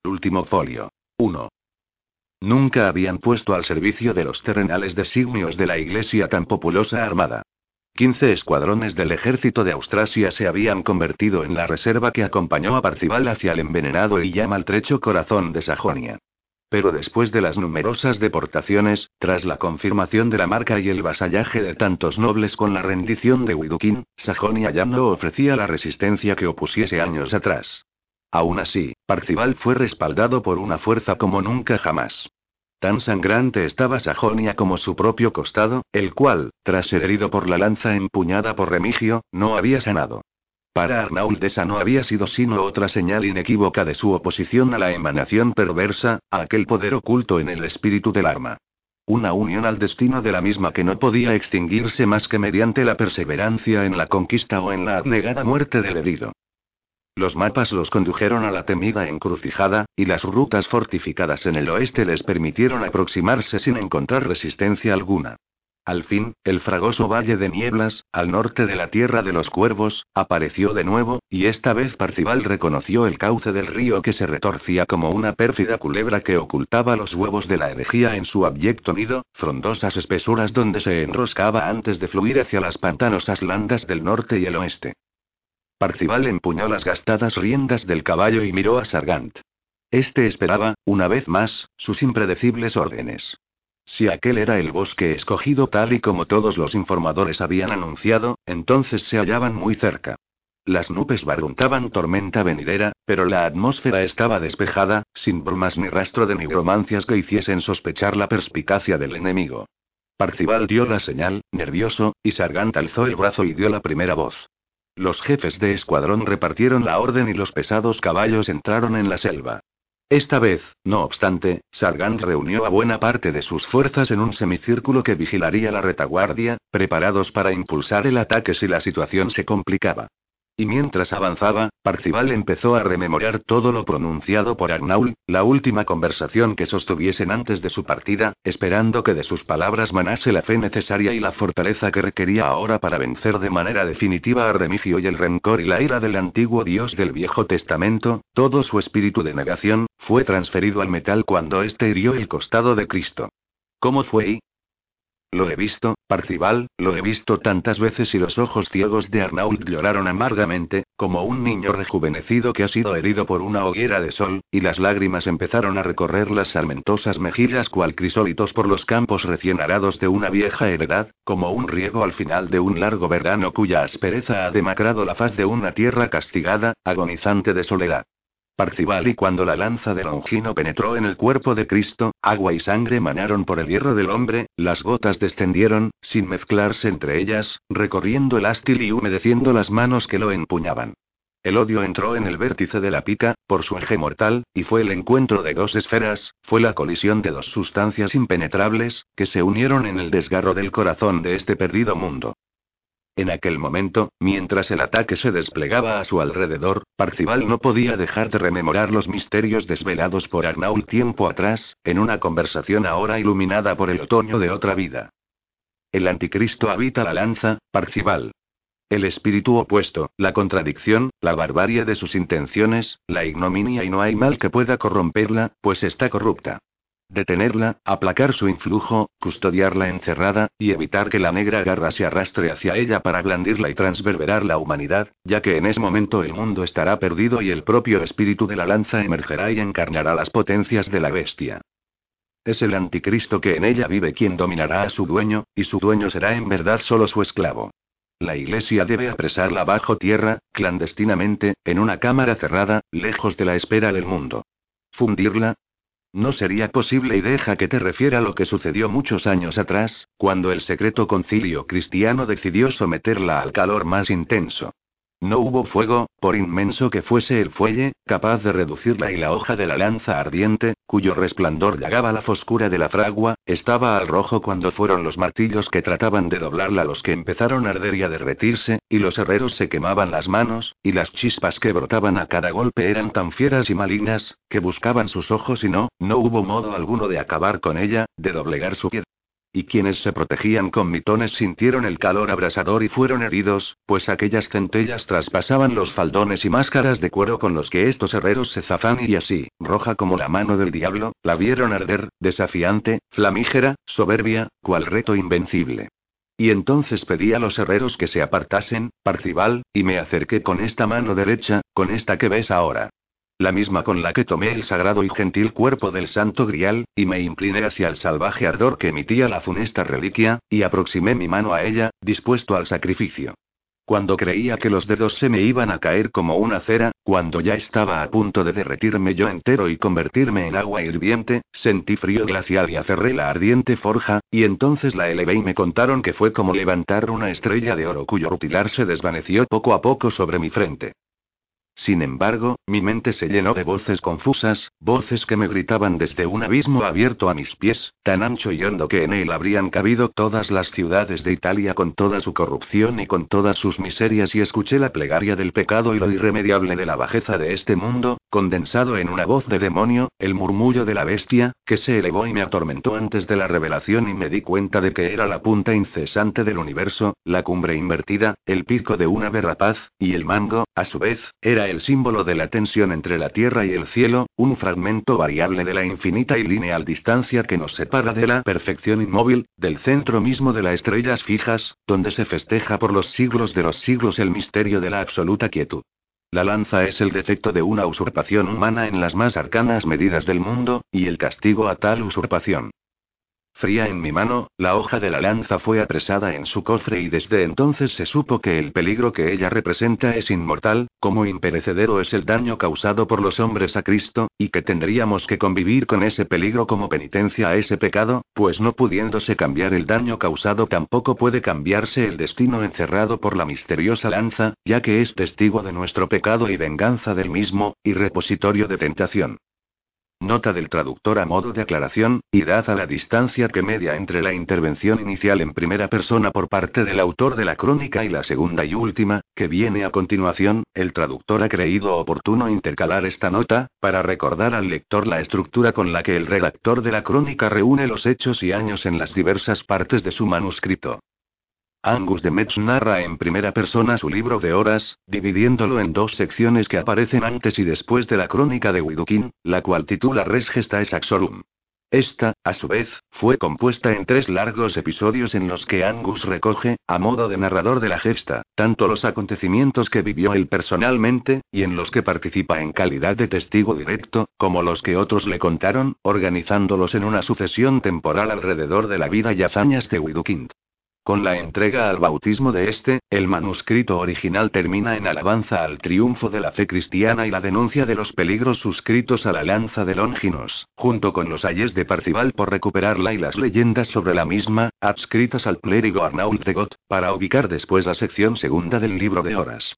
Último folio. 1. Nunca habían puesto al servicio de los terrenales designios de la Iglesia tan populosa armada. 15 escuadrones del ejército de Austrasia se habían convertido en la reserva que acompañó a Parcival hacia el envenenado y ya maltrecho corazón de Sajonia. Pero después de las numerosas deportaciones, tras la confirmación de la marca y el vasallaje de tantos nobles con la rendición de Widukind, Sajonia ya no ofrecía la resistencia que opusiese años atrás. Aún así, Parcival fue respaldado por una fuerza como nunca jamás. Tan sangrante estaba Sajonia como su propio costado, el cual, tras ser herido por la lanza empuñada por Remigio, no había sanado. Para Arnauld esa no había sido sino otra señal inequívoca de su oposición a la emanación perversa, a aquel poder oculto en el espíritu del arma. Una unión al destino de la misma que no podía extinguirse más que mediante la perseverancia en la conquista o en la abnegada muerte del herido. Los mapas los condujeron a la temida encrucijada, y las rutas fortificadas en el oeste les permitieron aproximarse sin encontrar resistencia alguna. Al fin, el fragoso valle de nieblas, al norte de la tierra de los cuervos, apareció de nuevo, y esta vez Parcival reconoció el cauce del río que se retorcía como una pérfida culebra que ocultaba los huevos de la herejía en su abyecto nido, frondosas espesuras donde se enroscaba antes de fluir hacia las pantanosas landas del norte y el oeste. Parcival empuñó las gastadas riendas del caballo y miró a Sargant. Este esperaba, una vez más, sus impredecibles órdenes. Si aquel era el bosque escogido tal y como todos los informadores habían anunciado, entonces se hallaban muy cerca. Las nubes barruntaban tormenta venidera, pero la atmósfera estaba despejada, sin brumas ni rastro de nigromancias que hiciesen sospechar la perspicacia del enemigo. Parcival dio la señal, nervioso, y Sargant alzó el brazo y dio la primera voz. Los jefes de escuadrón repartieron la orden y los pesados caballos entraron en la selva. Esta vez, no obstante, Sargant reunió a buena parte de sus fuerzas en un semicírculo que vigilaría la retaguardia, preparados para impulsar el ataque si la situación se complicaba. Y mientras avanzaba, Parcival empezó a rememorar todo lo pronunciado por Arnauld, la última conversación que sostuviesen antes de su partida, esperando que de sus palabras manase la fe necesaria y la fortaleza que requería ahora para vencer de manera definitiva a Remigio y el rencor y la ira del antiguo Dios del Viejo Testamento. Todo su espíritu de negación fue transferido al metal cuando éste hirió el costado de Cristo. ¿Cómo fue y? Lo he visto, Parcival, lo he visto tantas veces y los ojos ciegos de Arnauld lloraron amargamente, como un niño rejuvenecido que ha sido herido por una hoguera de sol, y las lágrimas empezaron a recorrer las salmentosas mejillas cual crisólitos por los campos recién arados de una vieja heredad, como un riego al final de un largo verano cuya aspereza ha demacrado la faz de una tierra castigada, agonizante de soledad. Parcival y cuando la lanza de Longino penetró en el cuerpo de Cristo, agua y sangre manaron por el hierro del hombre, las gotas descendieron, sin mezclarse entre ellas, recorriendo el ástil y humedeciendo las manos que lo empuñaban. El odio entró en el vértice de la pica, por su eje mortal, y fue el encuentro de dos esferas, fue la colisión de dos sustancias impenetrables, que se unieron en el desgarro del corazón de este perdido mundo. En aquel momento, mientras el ataque se desplegaba a su alrededor, Parcival no podía dejar de rememorar los misterios desvelados por Arnauld tiempo atrás, en una conversación ahora iluminada por el otoño de otra vida. El anticristo habita la lanza, Parcival. El espíritu opuesto, la contradicción, la barbarie de sus intenciones, la ignominia y no hay mal que pueda corromperla, pues está corrupta. Detenerla, aplacar su influjo, custodiarla encerrada, y evitar que la negra garra se arrastre hacia ella para blandirla y transverberar la humanidad, ya que en ese momento el mundo estará perdido y el propio espíritu de la lanza emergerá y encarnará las potencias de la bestia. Es el anticristo que en ella vive quien dominará a su dueño, y su dueño será en verdad solo su esclavo. La Iglesia debe apresarla bajo tierra, clandestinamente, en una cámara cerrada, lejos de la espera del mundo. ¿Fundirla? No sería posible y deja que te refiera lo que sucedió muchos años atrás, cuando el secreto concilio cristiano decidió someterla al calor más intenso. No hubo fuego, por inmenso que fuese el fuelle, capaz de reducirla y la hoja de la lanza ardiente, cuyo resplandor llagaba la foscura de la fragua, estaba al rojo cuando fueron los martillos que trataban de doblarla los que empezaron a arder y a derretirse, y los herreros se quemaban las manos, y las chispas que brotaban a cada golpe eran tan fieras y malignas, que buscaban sus ojos y no hubo modo alguno de acabar con ella, de doblegar su piedra. y quienes se protegían con mitones sintieron el calor abrasador y fueron heridos, pues aquellas centellas traspasaban los faldones y máscaras de cuero con los que estos herreros se zafan y así, roja como la mano del diablo, la vieron arder, desafiante, flamígera, soberbia, cual reto invencible. Y entonces pedí a los herreros que se apartasen, Parcival, y me acerqué con esta mano derecha, con esta que ves ahora. La misma con la que tomé el sagrado y gentil cuerpo del Santo Grial, y me incliné hacia el salvaje ardor que emitía la funesta reliquia, y aproximé mi mano a ella, dispuesto al sacrificio. Cuando creía que los dedos se me iban a caer como una cera, cuando ya estaba a punto de derretirme yo entero y convertirme en agua hirviente, sentí frío glacial y aferré la ardiente forja, y entonces la elevé y me contaron que fue como levantar una estrella de oro cuyo rutilar se desvaneció poco a poco sobre mi frente. Sin embargo, mi mente se llenó de voces confusas, voces que me gritaban desde un abismo abierto a mis pies, tan ancho y hondo que en él habrían cabido todas las ciudades de Italia con toda su corrupción y con todas sus miserias, y escuché la plegaria del pecado y lo irremediable de la bajeza de este mundo, condensado en una voz de demonio, el murmullo de la bestia, que se elevó y me atormentó antes de la revelación y me di cuenta de que era la punta incesante del universo, la cumbre invertida, el pico de un ave rapaz, y el mango, a su vez, era el símbolo de la tensión entre la tierra y el cielo, un fragmento variable de la infinita y lineal distancia que nos separa de la perfección inmóvil, del centro mismo de las estrellas fijas, donde se festeja por los siglos de los siglos el misterio de la absoluta quietud. La lanza es el defecto de una usurpación humana en las más arcanas medidas del mundo, y el castigo a tal usurpación. Fría en mi mano, la hoja de la lanza fue apresada en su cofre y desde entonces se supo que el peligro que ella representa es inmortal, como imperecedero es el daño causado por los hombres a Cristo, y que tendríamos que convivir con ese peligro como penitencia a ese pecado, pues no pudiéndose cambiar el daño causado tampoco puede cambiarse el destino encerrado por la misteriosa lanza, ya que es testigo de nuestro pecado y venganza del mismo, y repositorio de tentación. Nota del traductor a modo de aclaración, y dada la distancia que media entre la intervención inicial en primera persona por parte del autor de la crónica y la segunda y última, que viene a continuación, el traductor ha creído oportuno intercalar esta nota, para recordar al lector la estructura con la que el redactor de la crónica reúne los hechos y años en las diversas partes de su manuscrito. Angus de Metz narra en primera persona su libro de horas, dividiéndolo en dos secciones que aparecen antes y después de la crónica de Widukind, la cual titula Res Gestae Saxorum. Esta, a su vez, fue compuesta en 3 largos episodios en los que Angus recoge, a modo de narrador de la gesta, tanto los acontecimientos que vivió él personalmente, y en los que participa en calidad de testigo directo, como los que otros le contaron, organizándolos en una sucesión temporal alrededor de la vida y hazañas de Widukind. Con la entrega al bautismo de este, el manuscrito original termina en alabanza al triunfo de la fe cristiana y la denuncia de los peligros suscritos a la lanza de Longinos, junto con los ayes de Parcival por recuperarla y las leyendas sobre la misma, adscritas al clérigo Arnauld de Got, para ubicar después la sección segunda del libro de horas.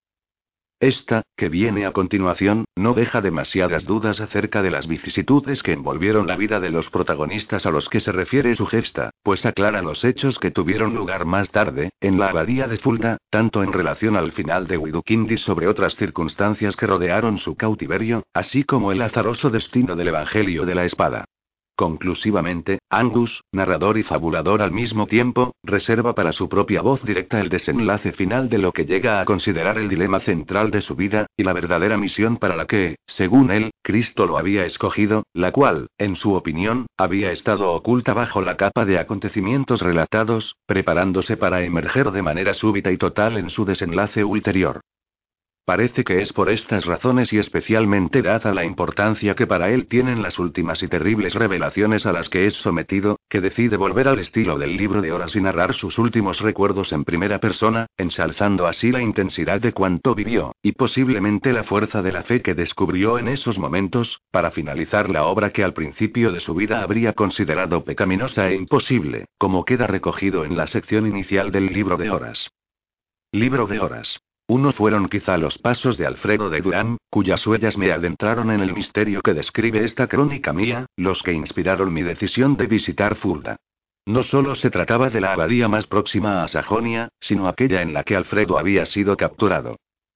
Esta, que viene a continuación, no deja demasiadas dudas acerca de las vicisitudes que envolvieron la vida de los protagonistas a los que se refiere su gesta, pues aclara los hechos que tuvieron lugar más tarde, en la abadía de Fulda, tanto en relación al final de Widukind y sobre otras circunstancias que rodearon su cautiverio, así como el azaroso destino del Evangelio de la Espada. Conclusivamente, Angus, narrador y fabulador al mismo tiempo, reserva para su propia voz directa el desenlace final de lo que llega a considerar el dilema central de su vida, y la verdadera misión para la que, según él, Cristo lo había escogido, la cual, en su opinión, había estado oculta bajo la capa de acontecimientos relatados, preparándose para emerger de manera súbita y total en su desenlace ulterior. Parece que es por estas razones y especialmente dada la importancia que para él tienen las últimas y terribles revelaciones a las que es sometido, que decide volver al estilo del libro de horas y narrar sus últimos recuerdos en primera persona, ensalzando así la intensidad de cuanto vivió, y posiblemente la fuerza de la fe que descubrió en esos momentos, para finalizar la obra que al principio de su vida habría considerado pecaminosa e imposible, como queda recogido en la sección inicial del libro de horas. Libro de horas. Uno fueron quizá los pasos de Alfredo de Durán, cuyas huellas me adentraron en el misterio que describe esta crónica mía, los que inspiraron mi decisión de visitar Fulda. No solo se trataba de la abadía más próxima a Sajonia, sino aquella en la que Alfredo había sido capturado.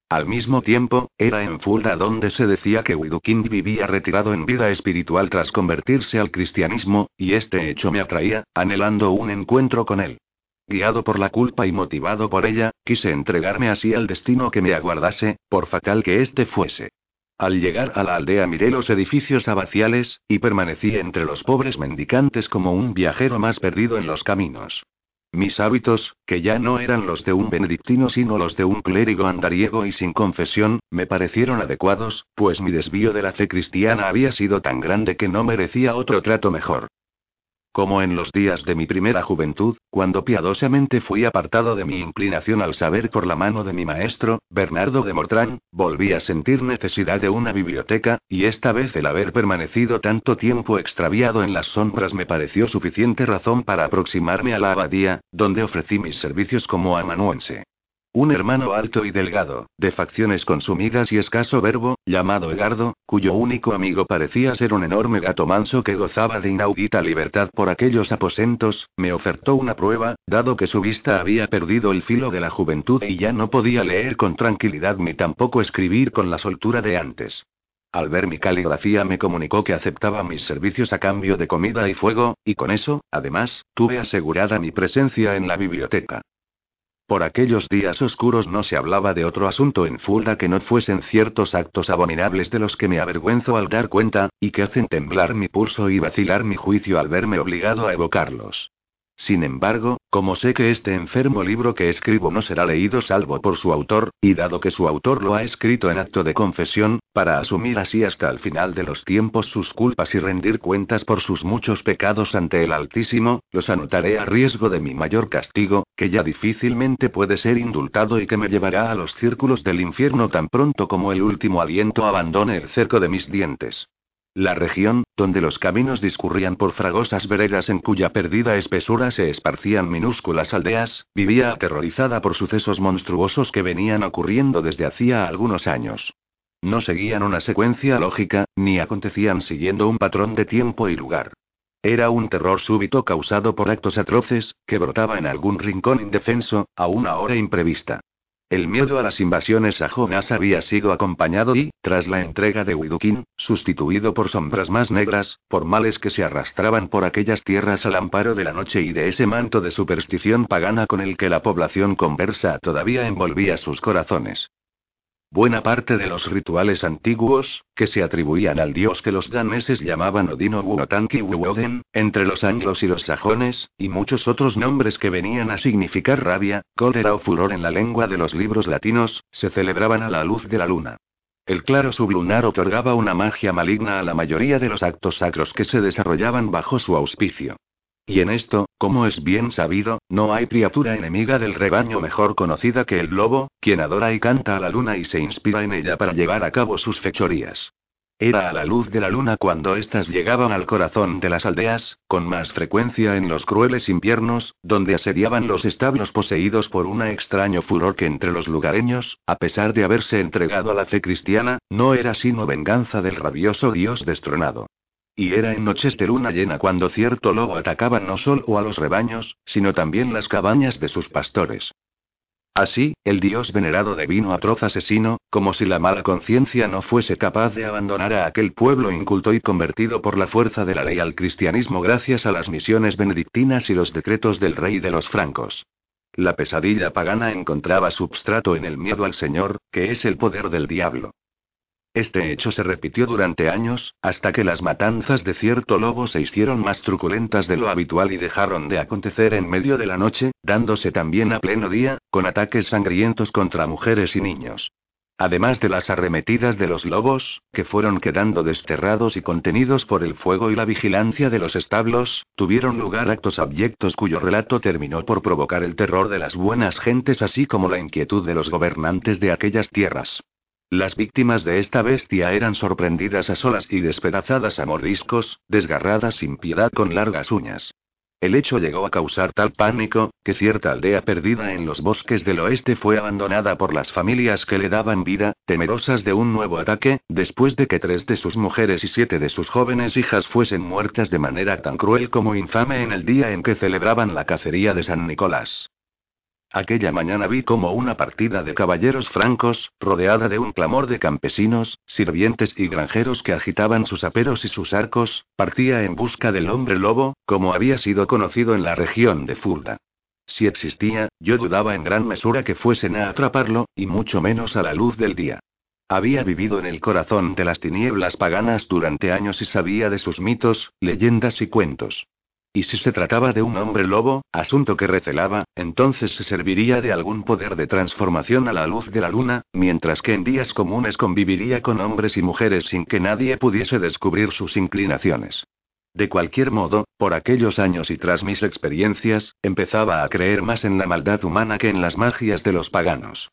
Al mismo tiempo, era en Fulda donde se decía que Widukind vivía retirado en vida espiritual tras convertirse al cristianismo, y este hecho me atraía, anhelando un encuentro con él. Guiado por la culpa y motivado por ella, quise entregarme así al destino que me aguardase, por fatal que éste fuese. Al llegar a la aldea miré los edificios abaciales, y permanecí entre los pobres mendicantes como un viajero más perdido en los caminos. Mis hábitos, que ya no eran los de un benedictino sino los de un clérigo andariego y sin confesión, me parecieron adecuados, pues mi desvío de la fe cristiana había sido tan grande que no merecía otro trato mejor. Como en los días de mi primera juventud, cuando piadosamente fui apartado de mi inclinación al saber por la mano de mi maestro, Bernardo de Mortrán, volví a sentir necesidad de una biblioteca, y esta vez el haber permanecido tanto tiempo extraviado en las sombras me pareció suficiente razón para aproximarme a la abadía, donde ofrecí mis servicios como amanuense. Un hermano alto y delgado, de facciones consumidas y escaso verbo, llamado Egardo, cuyo único amigo parecía ser un enorme gato manso que gozaba de inaudita libertad por aquellos aposentos, me ofertó una prueba, dado que su vista había perdido el filo de la juventud y ya no podía leer con tranquilidad ni tampoco escribir con la soltura de antes. Al ver mi caligrafía me comunicó que aceptaba mis servicios a cambio de comida y fuego, y con eso, además, tuve asegurada mi presencia en la biblioteca. Por aquellos días oscuros no se hablaba de otro asunto en Fulda que no fuesen ciertos actos abominables de los que me avergüenzo al dar cuenta, y que hacen temblar mi pulso y vacilar mi juicio al verme obligado a evocarlos. Sin embargo, como sé que este enfermo libro que escribo no será leído salvo por su autor, y dado que su autor lo ha escrito en acto de confesión, para asumir así hasta el final de los tiempos sus culpas y rendir cuentas por sus muchos pecados ante el Altísimo, los anotaré a riesgo de mi mayor castigo, que ya difícilmente puede ser indultado y que me llevará a los círculos del infierno tan pronto como el último aliento abandone el cerco de mis dientes. La región, donde los caminos discurrían por fragosas veredas en cuya perdida espesura se esparcían minúsculas aldeas, vivía aterrorizada por sucesos monstruosos que venían ocurriendo desde hacía algunos años. No seguían una secuencia lógica, ni acontecían siguiendo un patrón de tiempo y lugar. Era un terror súbito causado por actos atroces, que brotaba en algún rincón indefenso, a una hora imprevista. El miedo a las invasiones sajonas había sido acompañado y, tras la entrega de Widukind, sustituido por sombras más negras, por males que se arrastraban por aquellas tierras al amparo de la noche y de ese manto de superstición pagana con el que la población conversa todavía envolvía sus corazones. Buena parte de los rituales antiguos, que se atribuían al dios que los daneses llamaban Odin o Wotanki Woden, entre los anglos y los sajones, y muchos otros nombres que venían a significar rabia, cólera o furor en la lengua de los libros latinos, se celebraban a la luz de la luna. El claro sublunar otorgaba una magia maligna a la mayoría de los actos sacros que se desarrollaban bajo su auspicio. Y en esto, como es bien sabido, no hay criatura enemiga del rebaño mejor conocida que el lobo, quien adora y canta a la luna y se inspira en ella para llevar a cabo sus fechorías. Era a la luz de la luna cuando éstas llegaban al corazón de las aldeas, con más frecuencia en los crueles inviernos, donde asediaban los establos poseídos por un extraño furor que entre los lugareños, a pesar de haberse entregado a la fe cristiana, no era sino venganza del rabioso dios destronado. Y era en noches de luna llena cuando cierto lobo atacaba no solo a los rebaños, sino también las cabañas de sus pastores. Así, el dios venerado devino atroz asesino, como si la mala conciencia no fuese capaz de abandonar a aquel pueblo inculto y convertido por la fuerza de la ley al cristianismo gracias a las misiones benedictinas y los decretos del rey de los francos. La pesadilla pagana encontraba substrato en el miedo al Señor, que es el poder del diablo. Este hecho se repitió durante años, hasta que las matanzas de cierto lobo se hicieron más truculentas de lo habitual y dejaron de acontecer en medio de la noche, dándose también a pleno día, con ataques sangrientos contra mujeres y niños. Además de las arremetidas de los lobos, que fueron quedando desterrados y contenidos por el fuego y la vigilancia de los establos, tuvieron lugar actos abyectos cuyo relato terminó por provocar el terror de las buenas gentes así como la inquietud de los gobernantes de aquellas tierras. Las víctimas de esta bestia eran sorprendidas a solas y despedazadas a mordiscos, desgarradas sin piedad con largas uñas. El hecho llegó a causar tal pánico, que cierta aldea perdida en los bosques del oeste fue abandonada por las familias que le daban vida, temerosas de un nuevo ataque, después de que 3 de sus mujeres y 7 de sus jóvenes hijas fuesen muertas de manera tan cruel como infame en el día en que celebraban la cacería de San Nicolás. Aquella mañana vi como una partida de caballeros francos, rodeada de un clamor de campesinos, sirvientes y granjeros que agitaban sus aperos y sus arcos, partía en busca del hombre lobo, como había sido conocido en la región de Fulda. Si existía, yo dudaba en gran mesura que fuesen a atraparlo, y mucho menos a la luz del día. Había vivido en el corazón de las tinieblas paganas durante años y sabía de sus mitos, leyendas y cuentos. Y si se trataba de un hombre lobo, asunto que recelaba, entonces se serviría de algún poder de transformación a la luz de la luna, mientras que en días comunes conviviría con hombres y mujeres sin que nadie pudiese descubrir sus inclinaciones. De cualquier modo, por aquellos años y tras mis experiencias, empezaba a creer más en la maldad humana que en las magias de los paganos.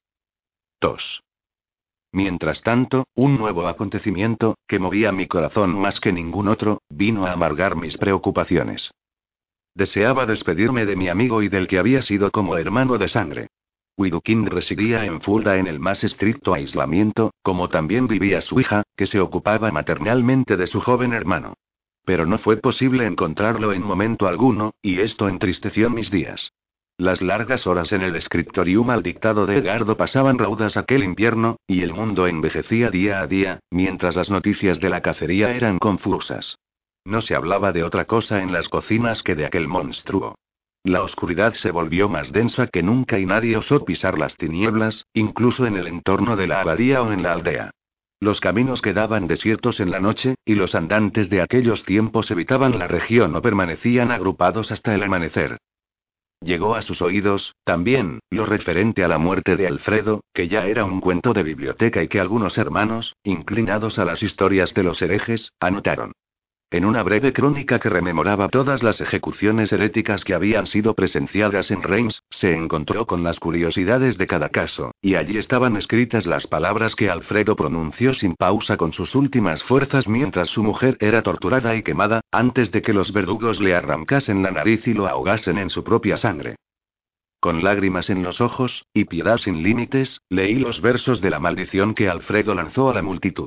2. Mientras tanto, un nuevo acontecimiento, que movía mi corazón más que ningún otro, vino a amargar mis preocupaciones. Deseaba despedirme de mi amigo y del que había sido como hermano de sangre. Widukind residía en Fulda en el más estricto aislamiento, como también vivía su hija, que se ocupaba maternalmente de su joven hermano. Pero no fue posible encontrarlo en momento alguno, y esto entristeció mis días. Las largas horas en el scriptorium al dictado de Edgardo pasaban raudas aquel invierno, y el mundo envejecía día a día, mientras las noticias de la cacería eran confusas. No se hablaba de otra cosa en las cocinas que de aquel monstruo. La oscuridad se volvió más densa que nunca y nadie osó pisar las tinieblas, incluso en el entorno de la abadía o en la aldea. Los caminos quedaban desiertos en la noche, y los andantes de aquellos tiempos evitaban la región o permanecían agrupados hasta el amanecer. Llegó a sus oídos, también, lo referente a la muerte de Alfredo, que ya era un cuento de biblioteca y que algunos hermanos, inclinados a las historias de los herejes, anotaron. En una breve crónica que rememoraba todas las ejecuciones heréticas que habían sido presenciadas en Reims, se encontró con las curiosidades de cada caso, y allí estaban escritas las palabras que Alfredo pronunció sin pausa con sus últimas fuerzas mientras su mujer era torturada y quemada, antes de que los verdugos le arrancasen la nariz y lo ahogasen en su propia sangre. Con lágrimas en los ojos, y piedad sin límites, leí los versos de la maldición que Alfredo lanzó a la multitud.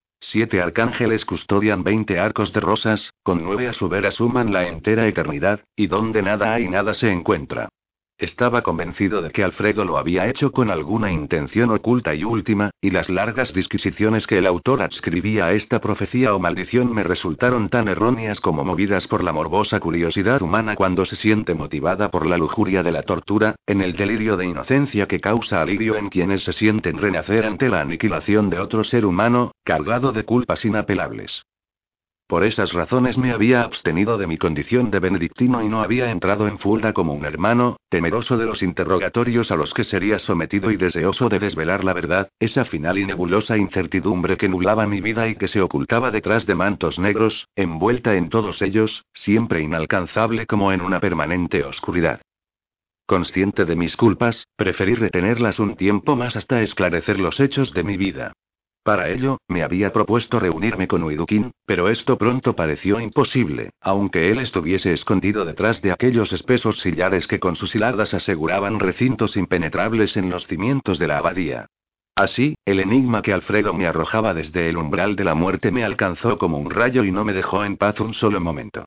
7 arcángeles custodian 20 arcos de rosas, con 9 a su vera suman la entera eternidad, y donde nada hay nada se encuentra. Estaba convencido de que Alfredo lo había hecho con alguna intención oculta y última, y las largas disquisiciones que el autor adscribía a esta profecía o maldición me resultaron tan erróneas como movidas por la morbosa curiosidad humana cuando se siente motivada por la lujuria de la tortura, en el delirio de inocencia que causa alivio en quienes se sienten renacer ante la aniquilación de otro ser humano, cargado de culpas inapelables. Por esas razones me había abstenido de mi condición de benedictino y no había entrado en Fulda como un hermano, temeroso de los interrogatorios a los que sería sometido y deseoso de desvelar la verdad, esa final y nebulosa incertidumbre que nublaba mi vida y que se ocultaba detrás de mantos negros, envuelta en todos ellos, siempre inalcanzable como en una permanente oscuridad. Consciente de mis culpas, preferí retenerlas un tiempo más hasta esclarecer los hechos de mi vida. Para ello, me había propuesto reunirme con Widukind, pero esto pronto pareció imposible, aunque él estuviese escondido detrás de aquellos espesos sillares que con sus hiladas aseguraban recintos impenetrables en los cimientos de la abadía. Así, el enigma que Alfredo me arrojaba desde el umbral de la muerte me alcanzó como un rayo y no me dejó en paz un solo momento.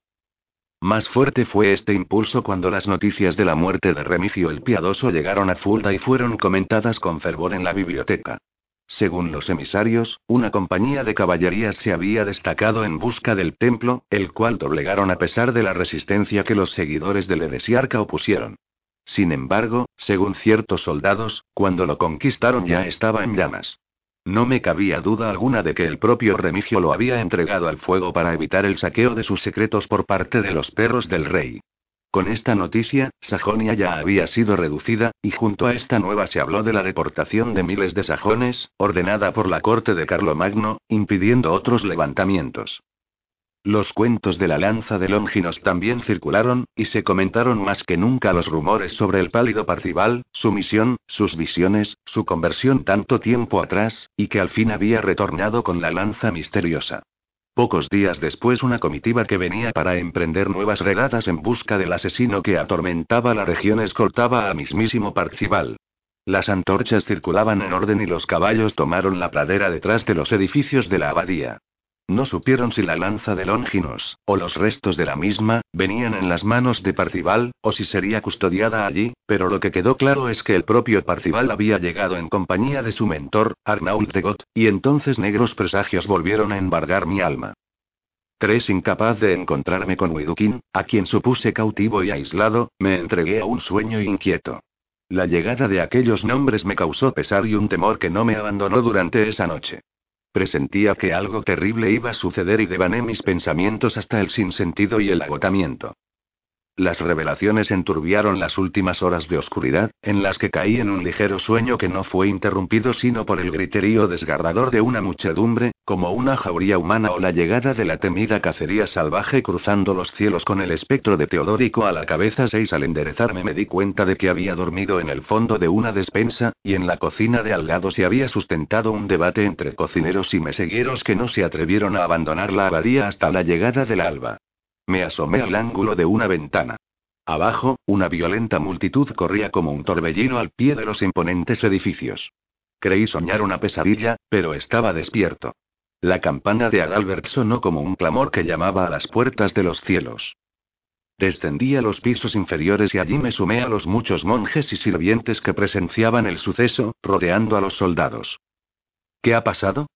Más fuerte fue este impulso cuando las noticias de la muerte de Remigio el Piadoso llegaron a Fulda y fueron comentadas con fervor en la biblioteca. Según los emisarios, una compañía de caballerías se había destacado en busca del templo, el cual doblegaron a pesar de la resistencia que los seguidores del heresiarca opusieron. Sin embargo, según ciertos soldados, cuando lo conquistaron ya estaba en llamas. No me cabía duda alguna de que el propio Remigio lo había entregado al fuego para evitar el saqueo de sus secretos por parte de los perros del rey. Con esta noticia, Sajonia ya había sido reducida, y junto a esta nueva se habló de la deportación de miles de sajones, ordenada por la corte de Carlomagno, impidiendo otros levantamientos. Los cuentos de la lanza de Longinos también circularon, y se comentaron más que nunca los rumores sobre el pálido Parcival, su misión, sus visiones, su conversión tanto tiempo atrás, y que al fin había retornado con la lanza misteriosa. Pocos días después una comitiva que venía para emprender nuevas redadas en busca del asesino que atormentaba la región escoltaba a mismísimo Parcival. Las antorchas circulaban en orden y los caballos tomaron la pradera detrás de los edificios de la abadía. No supieron si la lanza de Longinos, o los restos de la misma, venían en las manos de Parcival, o si sería custodiada allí, pero lo que quedó claro es que el propio Parcival había llegado en compañía de su mentor, Arnault de Got, y entonces negros presagios volvieron a embargar mi alma. 3. Incapaz de encontrarme con Widukind, a quien supuse cautivo y aislado, me entregué a un sueño inquieto. La llegada de aquellos nombres me causó pesar y un temor que no me abandonó durante esa noche. Presentía que algo terrible iba a suceder y devané mis pensamientos hasta el sinsentido y el agotamiento. Las revelaciones enturbiaron las últimas horas de oscuridad, en las que caí en un ligero sueño que no fue interrumpido sino por el griterío desgarrador de una muchedumbre, como una jauría humana o la llegada de la temida cacería salvaje cruzando los cielos con el espectro de Teodórico a la cabeza. 6. Al enderezarme me di cuenta de que había dormido en el fondo de una despensa, y en la cocina de al lado se había sustentado un debate entre cocineros y mesegueros que no se atrevieron a abandonar la abadía hasta la llegada del alba. Me asomé al ángulo de una ventana. Abajo, una violenta multitud corría como un torbellino al pie de los imponentes edificios. Creí soñar una pesadilla, pero estaba despierto. La campana de Adalbert sonó como un clamor que llamaba a las puertas de los cielos. Descendí a los pisos inferiores y allí me sumé a los muchos monjes y sirvientes que presenciaban el suceso, rodeando a los soldados. ¿Qué ha pasado?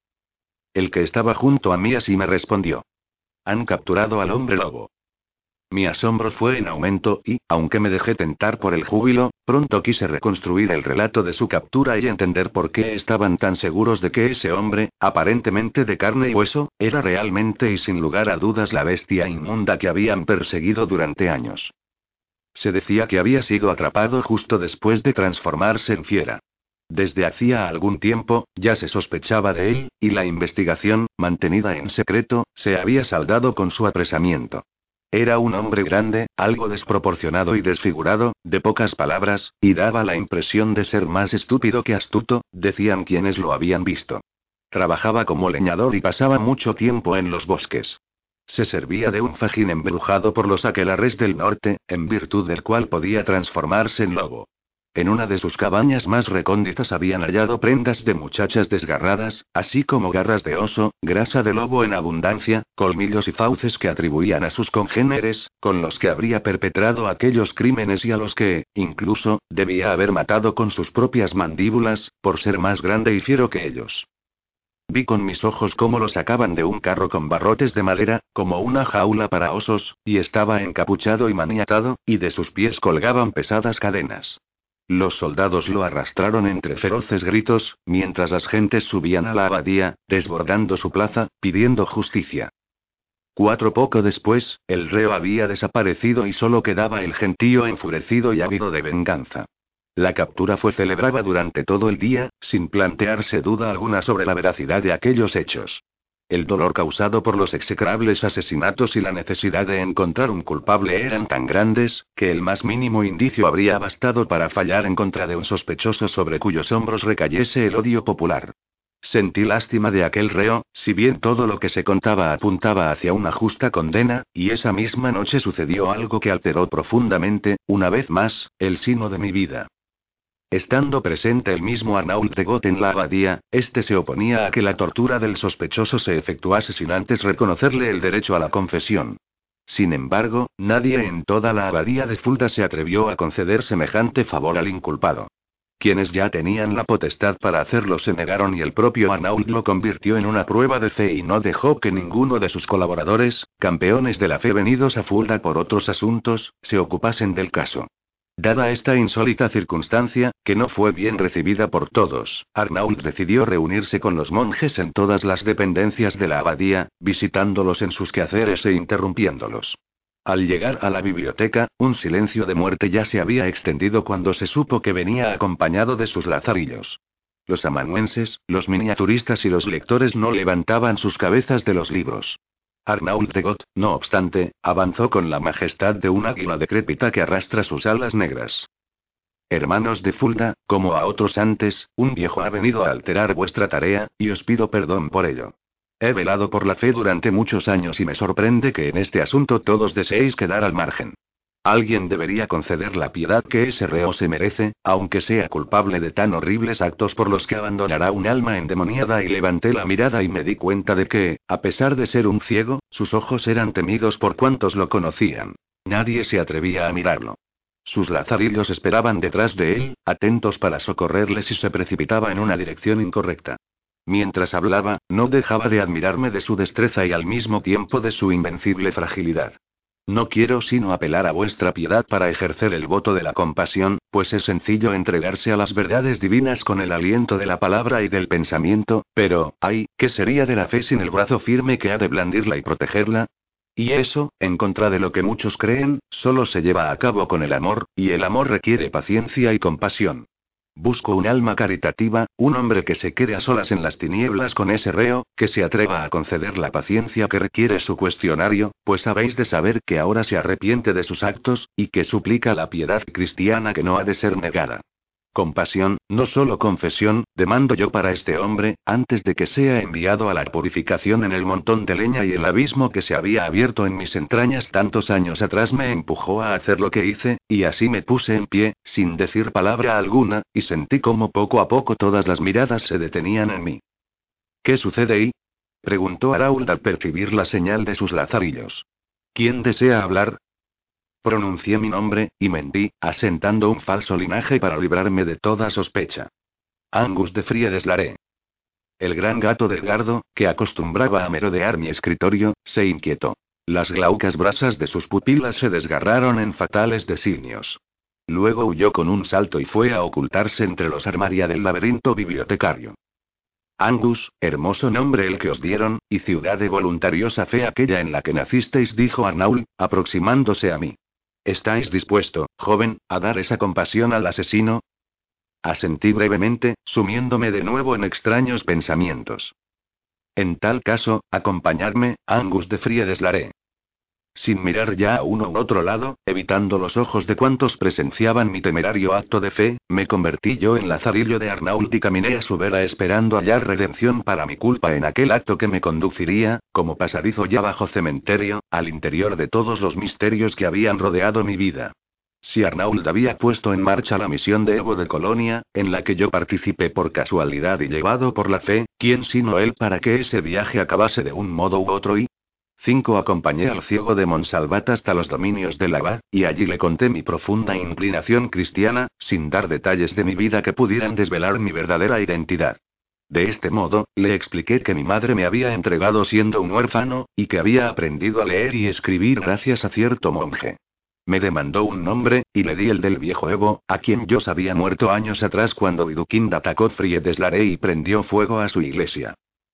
El que estaba junto a mí así me respondió. Han capturado al hombre lobo. Mi asombro fue en aumento y, aunque me dejé tentar por el júbilo, pronto quise reconstruir el relato de su captura y entender por qué estaban tan seguros de que ese hombre, aparentemente de carne y hueso, era realmente y sin lugar a dudas la bestia inmunda que habían perseguido durante años. Se decía que había sido atrapado justo después de transformarse en fiera. Desde hacía algún tiempo, ya se sospechaba de él, y la investigación, mantenida en secreto, se había saldado con su apresamiento. Era un hombre grande, algo desproporcionado y desfigurado, de pocas palabras, y daba la impresión de ser más estúpido que astuto, decían quienes lo habían visto. Trabajaba como leñador y pasaba mucho tiempo en los bosques. Se servía de un fajín embrujado por los aquelarres del norte, en virtud del cual podía transformarse en lobo. En una de sus cabañas más recónditas habían hallado prendas de muchachas desgarradas, así como garras de oso, grasa de lobo en abundancia, colmillos y fauces que atribuían a sus congéneres, con los que habría perpetrado aquellos crímenes y a los que, incluso, debía haber matado con sus propias mandíbulas, por ser más grande y fiero que ellos. Vi con mis ojos cómo lo sacaban de un carro con barrotes de madera, como una jaula para osos, y estaba encapuchado y maniatado, y de sus pies colgaban pesadas cadenas. Los soldados lo arrastraron entre feroces gritos, mientras las gentes subían a la abadía, desbordando su plaza, pidiendo justicia. 4. Poco después, el reo había desaparecido y solo quedaba el gentío enfurecido y ávido de venganza. La captura fue celebrada durante todo el día, sin plantearse duda alguna sobre la veracidad de aquellos hechos. El dolor causado por los execrables asesinatos y la necesidad de encontrar un culpable eran tan grandes, que el más mínimo indicio habría bastado para fallar en contra de un sospechoso sobre cuyos hombros recayese el odio popular. Sentí lástima de aquel reo, si bien todo lo que se contaba apuntaba hacia una justa condena, y esa misma noche sucedió algo que alteró profundamente, una vez más, el sino de mi vida. Estando presente el mismo Arnault de Got en la abadía, este se oponía a que la tortura del sospechoso se efectuase sin antes reconocerle el derecho a la confesión. Sin embargo, nadie en toda la abadía de Fulda se atrevió a conceder semejante favor al inculpado. Quienes ya tenían la potestad para hacerlo se negaron y el propio Arnault lo convirtió en una prueba de fe y no dejó que ninguno de sus colaboradores, campeones de la fe venidos a Fulda por otros asuntos, se ocupasen del caso. Dada esta insólita circunstancia, que no fue bien recibida por todos, Arnault decidió reunirse con los monjes en todas las dependencias de la abadía, visitándolos en sus quehaceres e interrumpiéndolos. Al llegar a la biblioteca, un silencio de muerte ya se había extendido cuando se supo que venía acompañado de sus lazarillos. Los amanuenses, los miniaturistas y los lectores no levantaban sus cabezas de los libros. Arnault de Got, no obstante, avanzó con la majestad de un águila decrépita que arrastra sus alas negras. Hermanos de Fulda, como a otros antes, un viejo ha venido a alterar vuestra tarea, y os pido perdón por ello. He velado por la fe durante muchos años y me sorprende que en este asunto todos deseéis quedar al margen. Alguien debería conceder la piedad que ese reo se merece, aunque sea culpable de tan horribles actos por los que abandonará un alma endemoniada. Y levanté la mirada y me di cuenta de que, a pesar de ser un ciego, sus ojos eran temidos por cuantos lo conocían. Nadie se atrevía a mirarlo. Sus lazarillos esperaban detrás de él, atentos para socorrerle si se precipitaba en una dirección incorrecta. Mientras hablaba, no dejaba de admirarme de su destreza y al mismo tiempo de su invencible fragilidad. No quiero sino apelar a vuestra piedad para ejercer el voto de la compasión, pues es sencillo entregarse a las verdades divinas con el aliento de la palabra y del pensamiento, pero, ay, ¿qué sería de la fe sin el brazo firme que ha de blandirla y protegerla? Y eso, en contra de lo que muchos creen, solo se lleva a cabo con el amor, y el amor requiere paciencia y compasión. Busco un alma caritativa, un hombre que se quede a solas en las tinieblas con ese reo, que se atreva a conceder la paciencia que requiere su cuestionario, pues habéis de saber que ahora se arrepiente de sus actos, y que suplica la piedad cristiana que no ha de ser negada. Compasión, no solo confesión, demando yo para este hombre, antes de que sea enviado a la purificación en el montón de leña. Y el abismo que se había abierto en mis entrañas tantos años atrás me empujó a hacer lo que hice, y así me puse en pie, sin decir palabra alguna, y sentí como poco a poco todas las miradas se detenían en mí. ¿Qué sucede ahí? Preguntó Arault al percibir la señal de sus lazarillos. ¿Quién desea hablar? Pronuncié mi nombre, y mentí, asentando un falso linaje para librarme de toda sospecha. Angus de Friedeslaré. El gran gato de Edgardo, que acostumbraba a merodear mi escritorio, se inquietó. Las glaucas brasas de sus pupilas se desgarraron en fatales designios. Luego huyó con un salto y fue a ocultarse entre los armaria del laberinto bibliotecario. Angus, hermoso nombre el que os dieron, y ciudad de voluntariosa fe aquella en la que nacisteis, dijo Arnault, aproximándose a mí. ¿Estáis dispuesto, joven, a dar esa compasión al asesino? Asentí brevemente, sumiéndome de nuevo en extraños pensamientos. En tal caso, acompañadme, Angus de Friedeslaré. Sin mirar ya a uno u otro lado, evitando los ojos de cuantos presenciaban mi temerario acto de fe, me convertí yo en lazarillo de Arnault y caminé a su vera esperando hallar redención para mi culpa en aquel acto que me conduciría, como pasadizo ya bajo cementerio, al interior de todos los misterios que habían rodeado mi vida. Si Arnault había puesto en marcha la misión de Evo de Colonia, en la que yo participé por casualidad y llevado por la fe, ¿quién sino él para que ese viaje acabase de un modo u otro? Y 5. Acompañé al ciego de Monsalvat hasta los dominios del abad, y allí le conté mi profunda inclinación cristiana, sin dar detalles de mi vida que pudieran desvelar mi verdadera identidad. De este modo, le expliqué que mi madre me había entregado siendo un huérfano, y que había aprendido a leer y escribir gracias a cierto monje. Me demandó un nombre, y le di el del viejo Evo, a quien yo sabía muerto años atrás cuando Widukind atacó Friedeslaré y prendió fuego a su iglesia.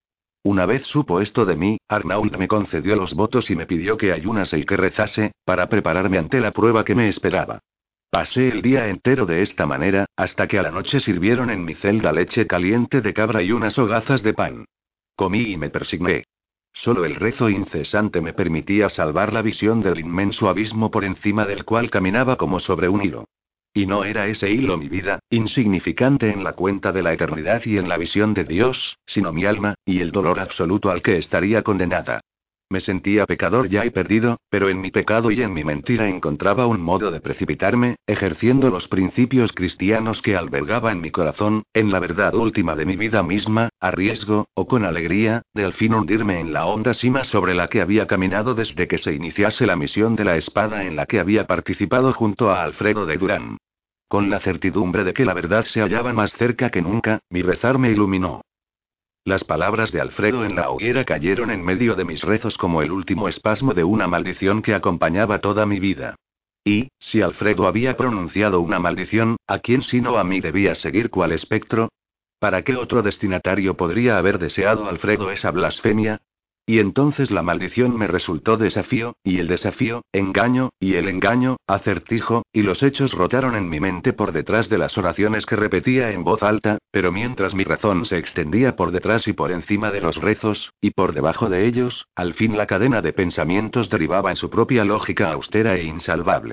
Una vez supo esto de mí, Arnault me concedió los votos y me pidió que ayunase y que rezase, para prepararme ante la prueba que me esperaba. Pasé el día entero de esta manera, hasta que a la noche sirvieron en mi celda leche caliente de cabra y unas hogazas de pan. Comí y me persigné. Solo el rezo incesante me permitía salvar la visión del inmenso abismo por encima del cual caminaba como sobre un hilo. Y no era ese hilo mi vida, insignificante en la cuenta de la eternidad y en la visión de Dios, sino mi alma, y el dolor absoluto al que estaría condenada. Me sentía pecador ya y perdido, pero en mi pecado y en mi mentira encontraba un modo de precipitarme, ejerciendo los principios cristianos que albergaba en mi corazón, en la verdad última de mi vida misma, a riesgo, o con alegría, de al fin hundirme en la honda cima sobre la que había caminado desde que se iniciase la misión de la espada en la que había participado junto a Alfredo de Durán. Con la certidumbre de que la verdad se hallaba más cerca que nunca, mi rezar me iluminó. Las palabras de Alfredo en la hoguera cayeron en medio de mis rezos como el último espasmo de una maldición que acompañaba toda mi vida. Y, si Alfredo había pronunciado una maldición, ¿a quién sino a mí debía seguir cual espectro? ¿Para qué otro destinatario podría haber deseado Alfredo esa blasfemia? Y entonces la maldición me resultó desafío, y el desafío, engaño, y el engaño, acertijo, y los hechos rotaron en mi mente por detrás de las oraciones que repetía en voz alta, pero mientras mi razón se extendía por detrás y por encima de los rezos, y por debajo de ellos, al fin la cadena de pensamientos derivaba en su propia lógica austera e insalvable.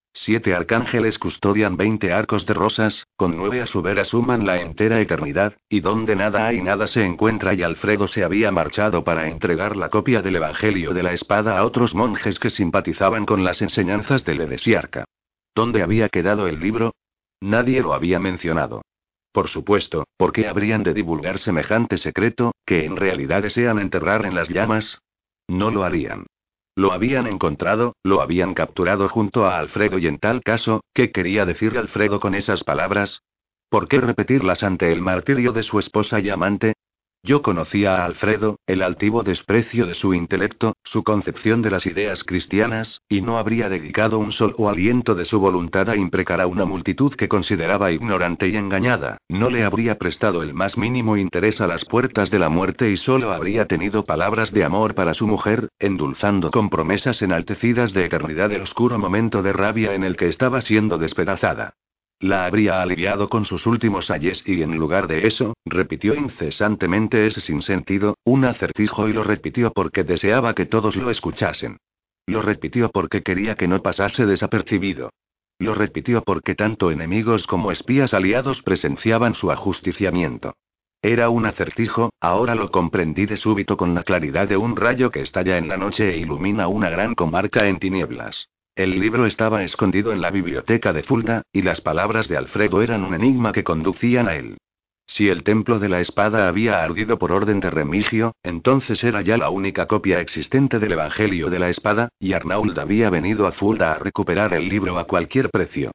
7 arcángeles custodian 20 arcos de rosas, con 9 a su vera suman la entera eternidad, y donde nada hay nada se encuentra, y Alfredo se había marchado para entregar la copia del Evangelio de la Espada a otros monjes que simpatizaban con las enseñanzas del Heresiarca. ¿Dónde había quedado el libro? Nadie lo había mencionado. Por supuesto, ¿por qué habrían de divulgar semejante secreto, que en realidad desean enterrar en las llamas? No lo harían. Lo habían encontrado, lo habían capturado junto a Alfredo, y en tal caso, ¿qué quería decir Alfredo con esas palabras? ¿Por qué repetirlas ante el martirio de su esposa y amante? Yo conocía a Alfredo, el altivo desprecio de su intelecto, su concepción de las ideas cristianas, y no habría dedicado un solo aliento de su voluntad a imprecar a una multitud que consideraba ignorante y engañada, no le habría prestado el más mínimo interés a las puertas de la muerte y solo habría tenido palabras de amor para su mujer, endulzando con promesas enaltecidas de eternidad el oscuro momento de rabia en el que estaba siendo despedazada. La habría aliviado con sus últimos ayes y en lugar de eso, repitió incesantemente ese sinsentido, un acertijo, y lo repitió porque deseaba que todos lo escuchasen. Lo repitió porque quería que no pasase desapercibido. Lo repitió porque tanto enemigos como espías aliados presenciaban su ajusticiamiento. Era un acertijo, ahora lo comprendí de súbito con la claridad de un rayo que estalla en la noche e ilumina una gran comarca en tinieblas. El libro estaba escondido en la biblioteca de Fulda, y las palabras de Alfredo eran un enigma que conducían a él. Si el templo de la espada había ardido por orden de Remigio, entonces era ya la única copia existente del Evangelio de la Espada, y Arnauld había venido a Fulda a recuperar el libro a cualquier precio.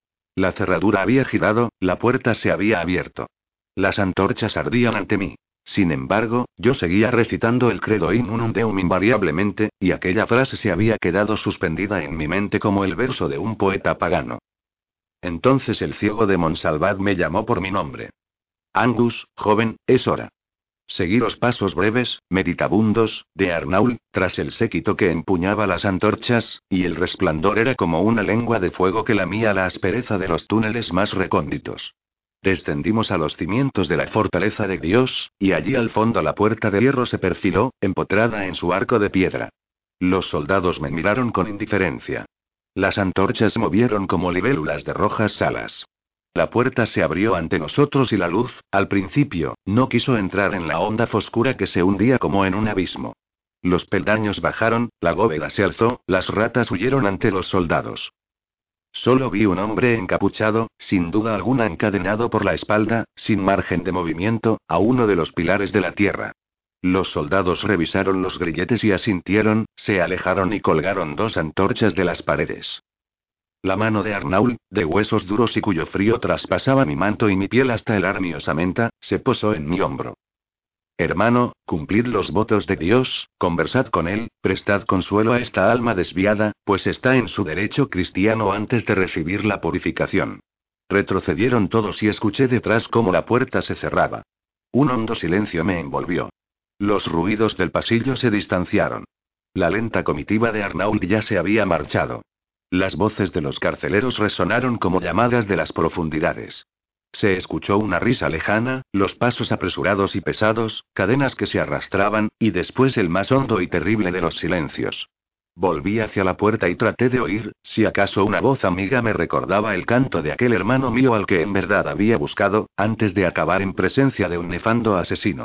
La cerradura había girado, la puerta se había abierto. Las antorchas ardían ante mí. Sin embargo, yo seguía recitando el Credo in unum Deum invariablemente, y aquella frase se había quedado suspendida en mi mente como el verso de un poeta pagano. Entonces el ciego de Monsalvat me llamó por mi nombre. Angus, joven, es hora. Seguí los pasos breves, meditabundos, de Arnauld, tras el séquito que empuñaba las antorchas, y el resplandor era como una lengua de fuego que lamía la aspereza de los túneles más recónditos. Descendimos a los cimientos de la fortaleza de Dios, y allí al fondo la puerta de hierro se perfiló, empotrada en su arco de piedra. Los soldados me miraron con indiferencia. Las antorchas se movieron como libélulas de rojas alas. La puerta se abrió ante nosotros y la luz, al principio, no quiso entrar en la honda foscura que se hundía como en un abismo. Los peldaños bajaron, la bóveda se alzó, las ratas huyeron ante los soldados. Solo vi un hombre encapuchado, sin duda alguna encadenado por la espalda, sin margen de movimiento, a uno de los pilares de la tierra. Los soldados revisaron los grilletes y asintieron, se alejaron y colgaron 2 antorchas de las paredes. La mano de Arnauld, de huesos duros y cuyo frío traspasaba mi manto y mi piel hasta helar mi osamenta, se posó en mi hombro. Hermano, cumplid los votos de Dios, conversad con él, prestad consuelo a esta alma desviada, pues está en su derecho cristiano antes de recibir la purificación. Retrocedieron todos y escuché detrás cómo la puerta se cerraba. Un hondo silencio me envolvió. Los ruidos del pasillo se distanciaron. La lenta comitiva de Arnauld ya se había marchado. Las voces de los carceleros resonaron como llamadas de las profundidades. Se escuchó una risa lejana, los pasos apresurados y pesados, cadenas que se arrastraban, y después el más hondo y terrible de los silencios. Volví hacia la puerta y traté de oír, si acaso una voz amiga me recordaba el canto de aquel hermano mío al que en verdad había buscado, antes de acabar en presencia de un nefando asesino.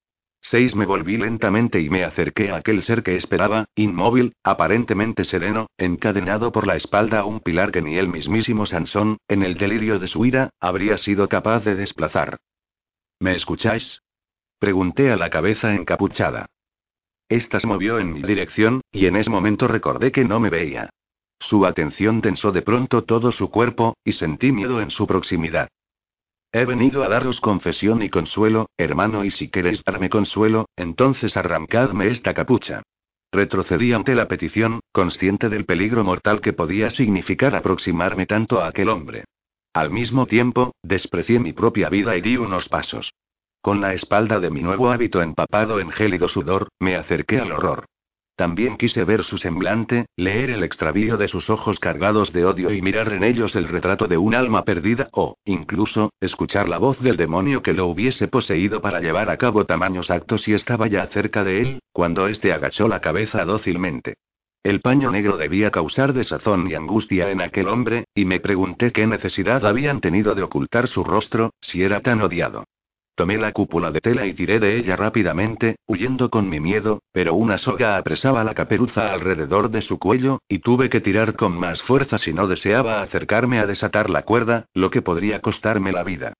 6 Me volví lentamente y me acerqué a aquel ser que esperaba, inmóvil, aparentemente sereno, encadenado por la espalda a un pilar que ni el mismísimo Sansón, en el delirio de su ira, habría sido capaz de desplazar. ¿Me escucháis? Pregunté a la cabeza encapuchada. Esta se movió en mi dirección, y en ese momento recordé que no me veía. Su atención tensó de pronto todo su cuerpo, y sentí miedo en su proximidad. He venido a daros confesión y consuelo, hermano, y si queréis darme consuelo, entonces arrancadme esta capucha. Retrocedí ante la petición, consciente del peligro mortal que podía significar aproximarme tanto a aquel hombre. Al mismo tiempo, desprecié mi propia vida y di unos pasos. Con la espalda de mi nuevo hábito empapado en gélido sudor, me acerqué al horror. También quise ver su semblante, leer el extravío de sus ojos cargados de odio y mirar en ellos el retrato de un alma perdida o, incluso, escuchar la voz del demonio que lo hubiese poseído para llevar a cabo tamaños actos y estaba ya cerca de él, cuando éste agachó la cabeza dócilmente. El paño negro debía causar desazón y angustia en aquel hombre, y me pregunté qué necesidad habían tenido de ocultar su rostro, si era tan odiado. Tomé la cúpula de tela y tiré de ella rápidamente, huyendo con mi miedo, pero una soga apresaba la caperuza alrededor de su cuello, y tuve que tirar con más fuerza si no deseaba acercarme a desatar la cuerda, lo que podría costarme la vida.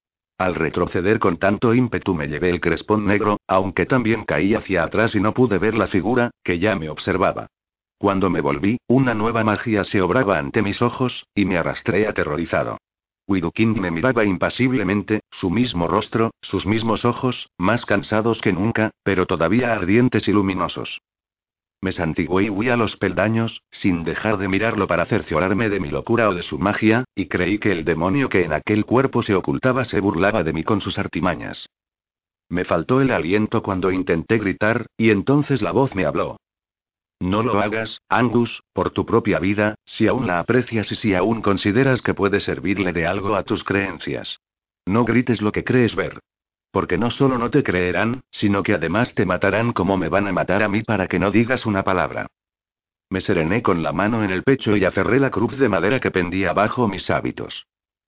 Al retroceder con tanto ímpetu me llevé el crespón negro, aunque también caí hacia atrás y no pude ver la figura, que ya me observaba. Cuando me volví, una nueva magia se obraba ante mis ojos, y me arrastré aterrorizado. Widukind me miraba impasiblemente, su mismo rostro, sus mismos ojos, más cansados que nunca, pero todavía ardientes y luminosos. Me santigué y huí a los peldaños, sin dejar de mirarlo para cerciorarme de mi locura o de su magia, y creí que el demonio que en aquel cuerpo se ocultaba se burlaba de mí con sus artimañas. Me faltó el aliento cuando intenté gritar, y entonces la voz me habló. No lo hagas, Angus, por tu propia vida, si aún la aprecias y si aún consideras que puede servirle de algo a tus creencias. No grites lo que crees ver. Porque no solo no te creerán, sino que además te matarán como me van a matar a mí para que no digas una palabra. Me serené con la mano en el pecho y aferré la cruz de madera que pendía bajo mis hábitos.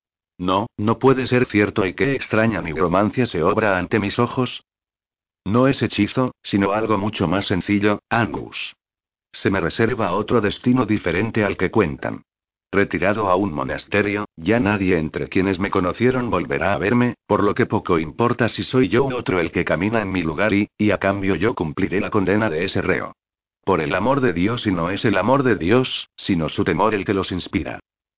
No, no puede ser cierto, y qué extraña nigromancia se obra ante mis ojos. No es hechizo, sino algo mucho más sencillo, Angus. Se me reserva otro destino diferente al que cuentan. Retirado a un monasterio, ya nadie entre quienes me conocieron volverá a verme, por lo que poco importa si soy yo u otro el que camina en mi lugar y a cambio yo cumpliré la condena de ese reo. Por el amor de Dios, y no es el amor de Dios, sino su temor el que los inspira.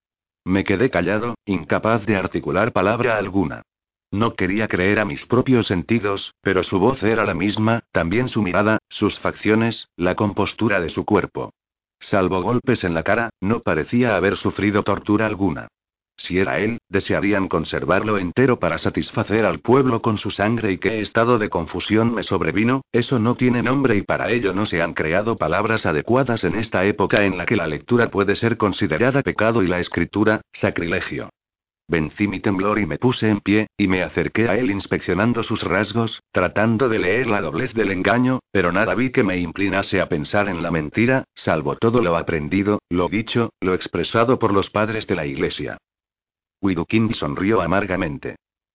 Me quedé callado, incapaz de articular palabra alguna. No quería creer a mis propios sentidos, pero su voz era la misma, también su mirada, sus facciones, la compostura de su cuerpo. Salvo golpes en la cara, no parecía haber sufrido tortura alguna. Si era él, desearían conservarlo entero para satisfacer al pueblo con su sangre. ¿Y qué estado de confusión me sobrevino? Eso no tiene nombre y para ello no se han creado palabras adecuadas en esta época en la que la lectura puede ser considerada pecado y la escritura, sacrilegio. Vencí mi temblor y me puse en pie, y me acerqué a él inspeccionando sus rasgos, tratando de leer la doblez del engaño, pero nada vi que me inclinase a pensar en la mentira, salvo todo lo aprendido, lo dicho, lo expresado por los padres de la iglesia. Widukind sonrió amargamente.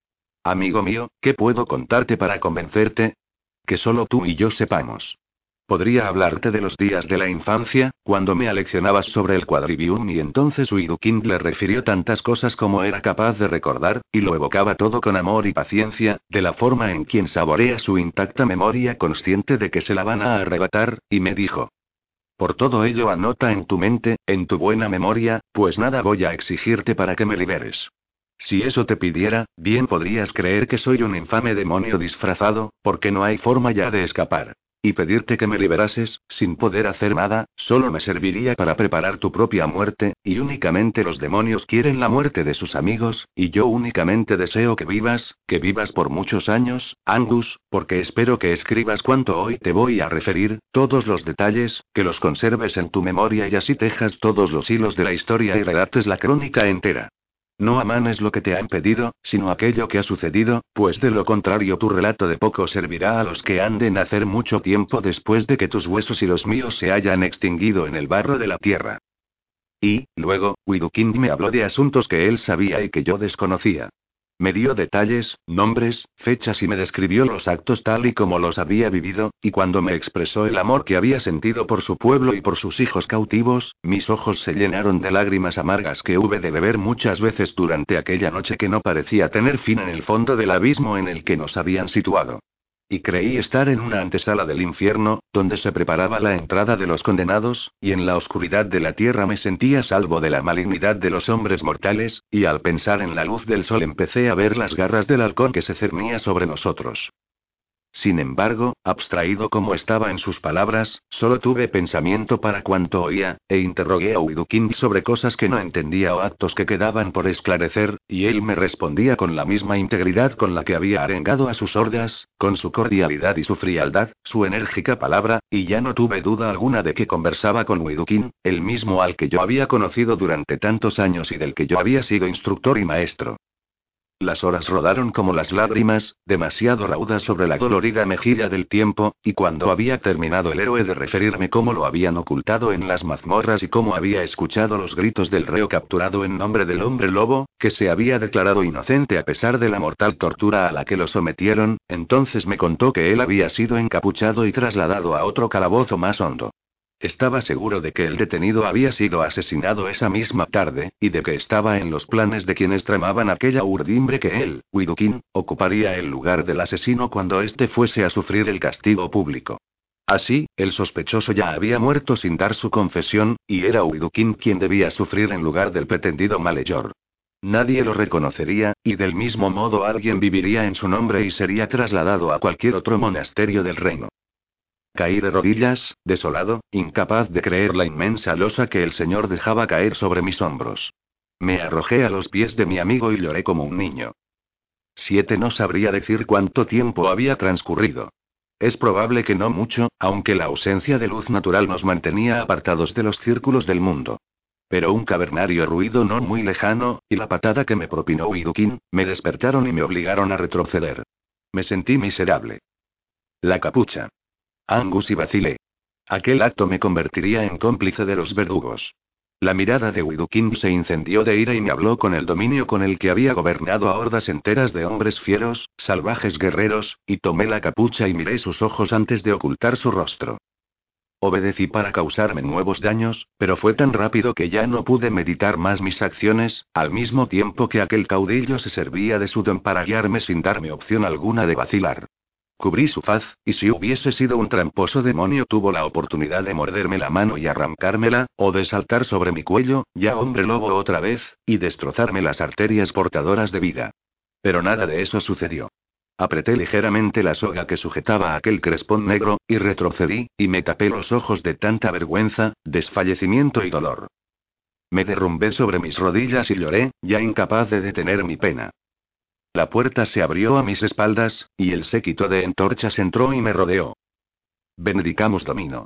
Amigo mío, ¿qué puedo contarte para convencerte? Que solo tú y yo sepamos. Podría hablarte de los días de la infancia, cuando me aleccionabas sobre el quadrivium, y entonces Widukind le refirió tantas cosas como era capaz de recordar, y lo evocaba todo con amor y paciencia, de la forma en quien saborea su intacta memoria consciente de que se la van a arrebatar, y me dijo. Por todo ello anota en tu mente, en tu buena memoria, pues nada voy a exigirte para que me liberes. Si eso te pidiera, bien podrías creer que soy un infame demonio disfrazado, porque no hay forma ya de escapar. Y pedirte que me liberases, sin poder hacer nada, solo me serviría para preparar tu propia muerte, y únicamente los demonios quieren la muerte de sus amigos, y yo únicamente deseo que vivas por muchos años, Angus, porque espero que escribas cuanto hoy te voy a referir, todos los detalles, que los conserves en tu memoria y así tejas todos los hilos de la historia y redactes la crónica entera. No amanes lo que te han pedido, sino aquello que ha sucedido, pues de lo contrario tu relato de poco servirá a los que han de nacer mucho tiempo después de que tus huesos y los míos se hayan extinguido en el barro de la tierra. Y, luego, Widukind me habló de asuntos que él sabía y que yo desconocía. Me dio detalles, nombres, fechas y me describió los actos tal y como los había vivido, y cuando me expresó el amor que había sentido por su pueblo y por sus hijos cautivos, mis ojos se llenaron de lágrimas amargas que hube de beber muchas veces durante aquella noche que no parecía tener fin en el fondo del abismo en el que nos habían situado. Y creí estar en una antesala del infierno, donde se preparaba la entrada de los condenados, y en la oscuridad de la tierra me sentía salvo de la malignidad de los hombres mortales, y al pensar en la luz del sol empecé a ver las garras del halcón que se cernía sobre nosotros. Sin embargo, abstraído como estaba en sus palabras, solo tuve pensamiento para cuanto oía, e interrogué a Widukind sobre cosas que no entendía o actos que quedaban por esclarecer, y él me respondía con la misma integridad con la que había arengado a sus hordas, con su cordialidad y su frialdad, su enérgica palabra, y ya no tuve duda alguna de que conversaba con Widukind, el mismo al que yo había conocido durante tantos años y del que yo había sido instructor y maestro. Las horas rodaron como las lágrimas, demasiado raudas sobre la dolorida mejilla del tiempo, y cuando había terminado el héroe de referirme cómo lo habían ocultado en las mazmorras y cómo había escuchado los gritos del reo capturado en nombre del hombre lobo, que se había declarado inocente a pesar de la mortal tortura a la que lo sometieron, entonces me contó que él había sido encapuchado y trasladado a otro calabozo más hondo. Estaba seguro de que el detenido había sido asesinado esa misma tarde, y de que estaba en los planes de quienes tramaban aquella urdimbre que él, Widukin, ocuparía el lugar del asesino cuando éste fuese a sufrir el castigo público. Así, el sospechoso ya había muerto sin dar su confesión, y era Widukin quien debía sufrir en lugar del pretendido malhechor. Nadie lo reconocería, y del mismo modo alguien viviría en su nombre y sería trasladado a cualquier otro monasterio del reino. Caí de rodillas, desolado, incapaz de creer la inmensa losa que el Señor dejaba caer sobre mis hombros. Me arrojé a los pies de mi amigo y lloré como un niño. 7 No sabría decir cuánto tiempo había transcurrido. Es probable que no mucho, aunque la ausencia de luz natural nos mantenía apartados de los círculos del mundo. Pero un cavernario ruido no muy lejano, y la patada que me propinó Widukin, me despertaron y me obligaron a retroceder. Me sentí miserable. La capucha. Angus y vacilé. Aquel acto me convertiría en cómplice de los verdugos. La mirada de Widukin se incendió de ira y me habló con el dominio con el que había gobernado a hordas enteras de hombres fieros, salvajes guerreros, y tomé la capucha y miré sus ojos antes de ocultar su rostro. Obedecí para causarme nuevos daños, pero fue tan rápido que ya no pude meditar más mis acciones, al mismo tiempo que aquel caudillo se servía de su don para guiarme sin darme opción alguna de vacilar. Cubrí su faz, y si hubiese sido un tramposo demonio tuvo la oportunidad de morderme la mano y arrancármela, o de saltar sobre mi cuello, ya hombre lobo otra vez, y destrozarme las arterias portadoras de vida. Pero nada de eso sucedió. Apreté ligeramente la soga que sujetaba aquel crespón negro, y retrocedí, y me tapé los ojos de tanta vergüenza, desfallecimiento y dolor. Me derrumbé sobre mis rodillas y lloré, ya incapaz de detener mi pena. La puerta se abrió a mis espaldas, y el séquito de antorchas entró y me rodeó. Benedicamos Domino.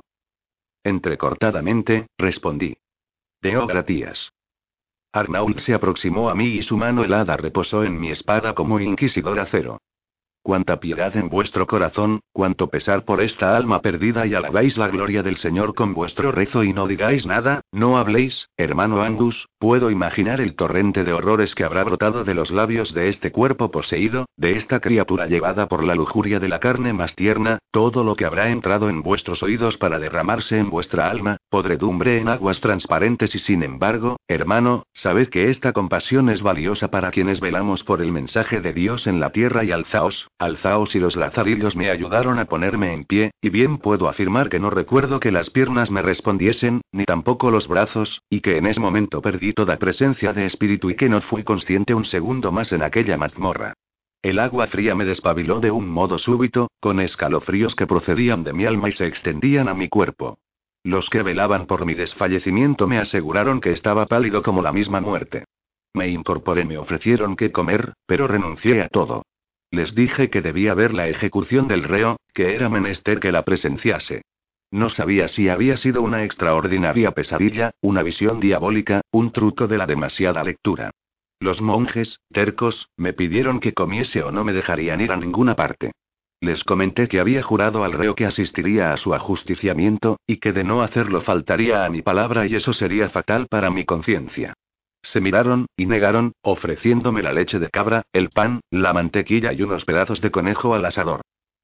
Entrecortadamente, respondí. Deo gratías. Arnault se aproximó a mí y su mano helada reposó en mi espada como inquisidor acero. Cuánta piedad en vuestro corazón, cuánto pesar por esta alma perdida y alabáis la gloria del Señor con vuestro rezo y no digáis nada, no habléis, hermano Angus, puedo imaginar el torrente de horrores que habrá brotado de los labios de este cuerpo poseído, de esta criatura llevada por la lujuria de la carne más tierna, todo lo que habrá entrado en vuestros oídos para derramarse en vuestra alma, podredumbre en aguas transparentes y sin embargo, hermano, sabed que esta compasión es valiosa para quienes velamos por el mensaje de Dios en la tierra y alzaos y los lazarillos me ayudaron a ponerme en pie, y bien puedo afirmar que no recuerdo que las piernas me respondiesen, ni tampoco los brazos, y que en ese momento perdí toda presencia de espíritu y que no fui consciente un segundo más en aquella mazmorra. El agua fría me despabiló de un modo súbito, con escalofríos que procedían de mi alma y se extendían a mi cuerpo. Los que velaban por mi desfallecimiento me aseguraron que estaba pálido como la misma muerte. Me incorporé, me ofrecieron que comer, pero renuncié a todo. Les dije que debía ver la ejecución del reo, que era menester que la presenciase. No sabía si había sido una extraordinaria pesadilla, una visión diabólica, un truco de la demasiada lectura. Los monjes, tercos, me pidieron que comiese o no me dejarían ir a ninguna parte. Les comenté que había jurado al reo que asistiría a su ajusticiamiento, y que de no hacerlo faltaría a mi palabra y eso sería fatal para mi conciencia. Se miraron, y negaron, ofreciéndome la leche de cabra, el pan, la mantequilla y unos pedazos de conejo al asador.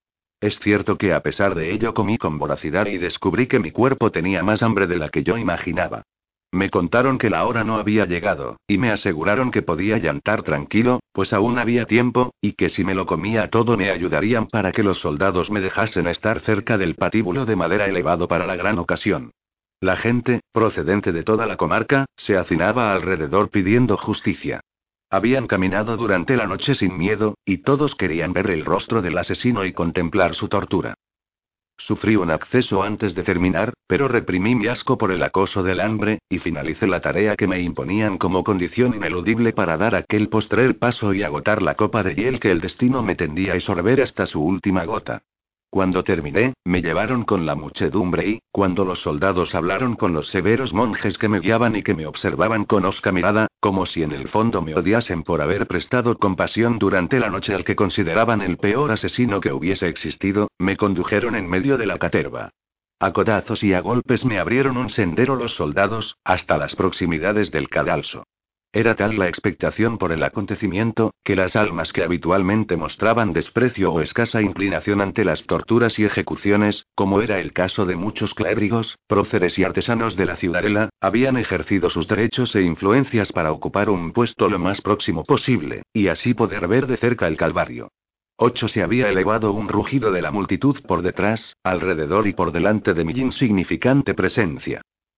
Es cierto que a pesar de ello comí con voracidad y descubrí que mi cuerpo tenía más hambre de la que yo imaginaba. Me contaron que la hora no había llegado, y me aseguraron que podía llantar tranquilo, pues aún había tiempo, y que si me lo comía todo me ayudarían para que los soldados me dejasen estar cerca del patíbulo de madera elevado para la gran ocasión. La gente, procedente de toda la comarca, se hacinaba alrededor pidiendo justicia. Habían caminado durante la noche sin miedo, y todos querían ver el rostro del asesino y contemplar su tortura. Sufrí un acceso antes de terminar, pero reprimí mi asco por el acoso del hambre, y finalicé la tarea que me imponían como condición ineludible para dar aquel postrer paso y agotar la copa de hiel que el destino me tendía y sorber hasta su última gota. Cuando terminé, me llevaron con la muchedumbre y, cuando los soldados hablaron con los severos monjes que me guiaban y que me observaban con hosca mirada, como si en el fondo me odiasen por haber prestado compasión durante la noche al que consideraban el peor asesino que hubiese existido, me condujeron en medio de la caterva. A codazos y a golpes me abrieron un sendero los soldados, hasta las proximidades del cadalso. Era tal la expectación por el acontecimiento, que las almas que habitualmente mostraban desprecio o escasa inclinación ante las torturas y ejecuciones, como era el caso de muchos clérigos, próceres y artesanos de la ciudadela, habían ejercido sus derechos e influencias para ocupar un puesto lo más próximo posible, y así poder ver de cerca el Calvario. 8 Se había elevado un rugido de la multitud por detrás, alrededor y por delante de mi insignificante presencia.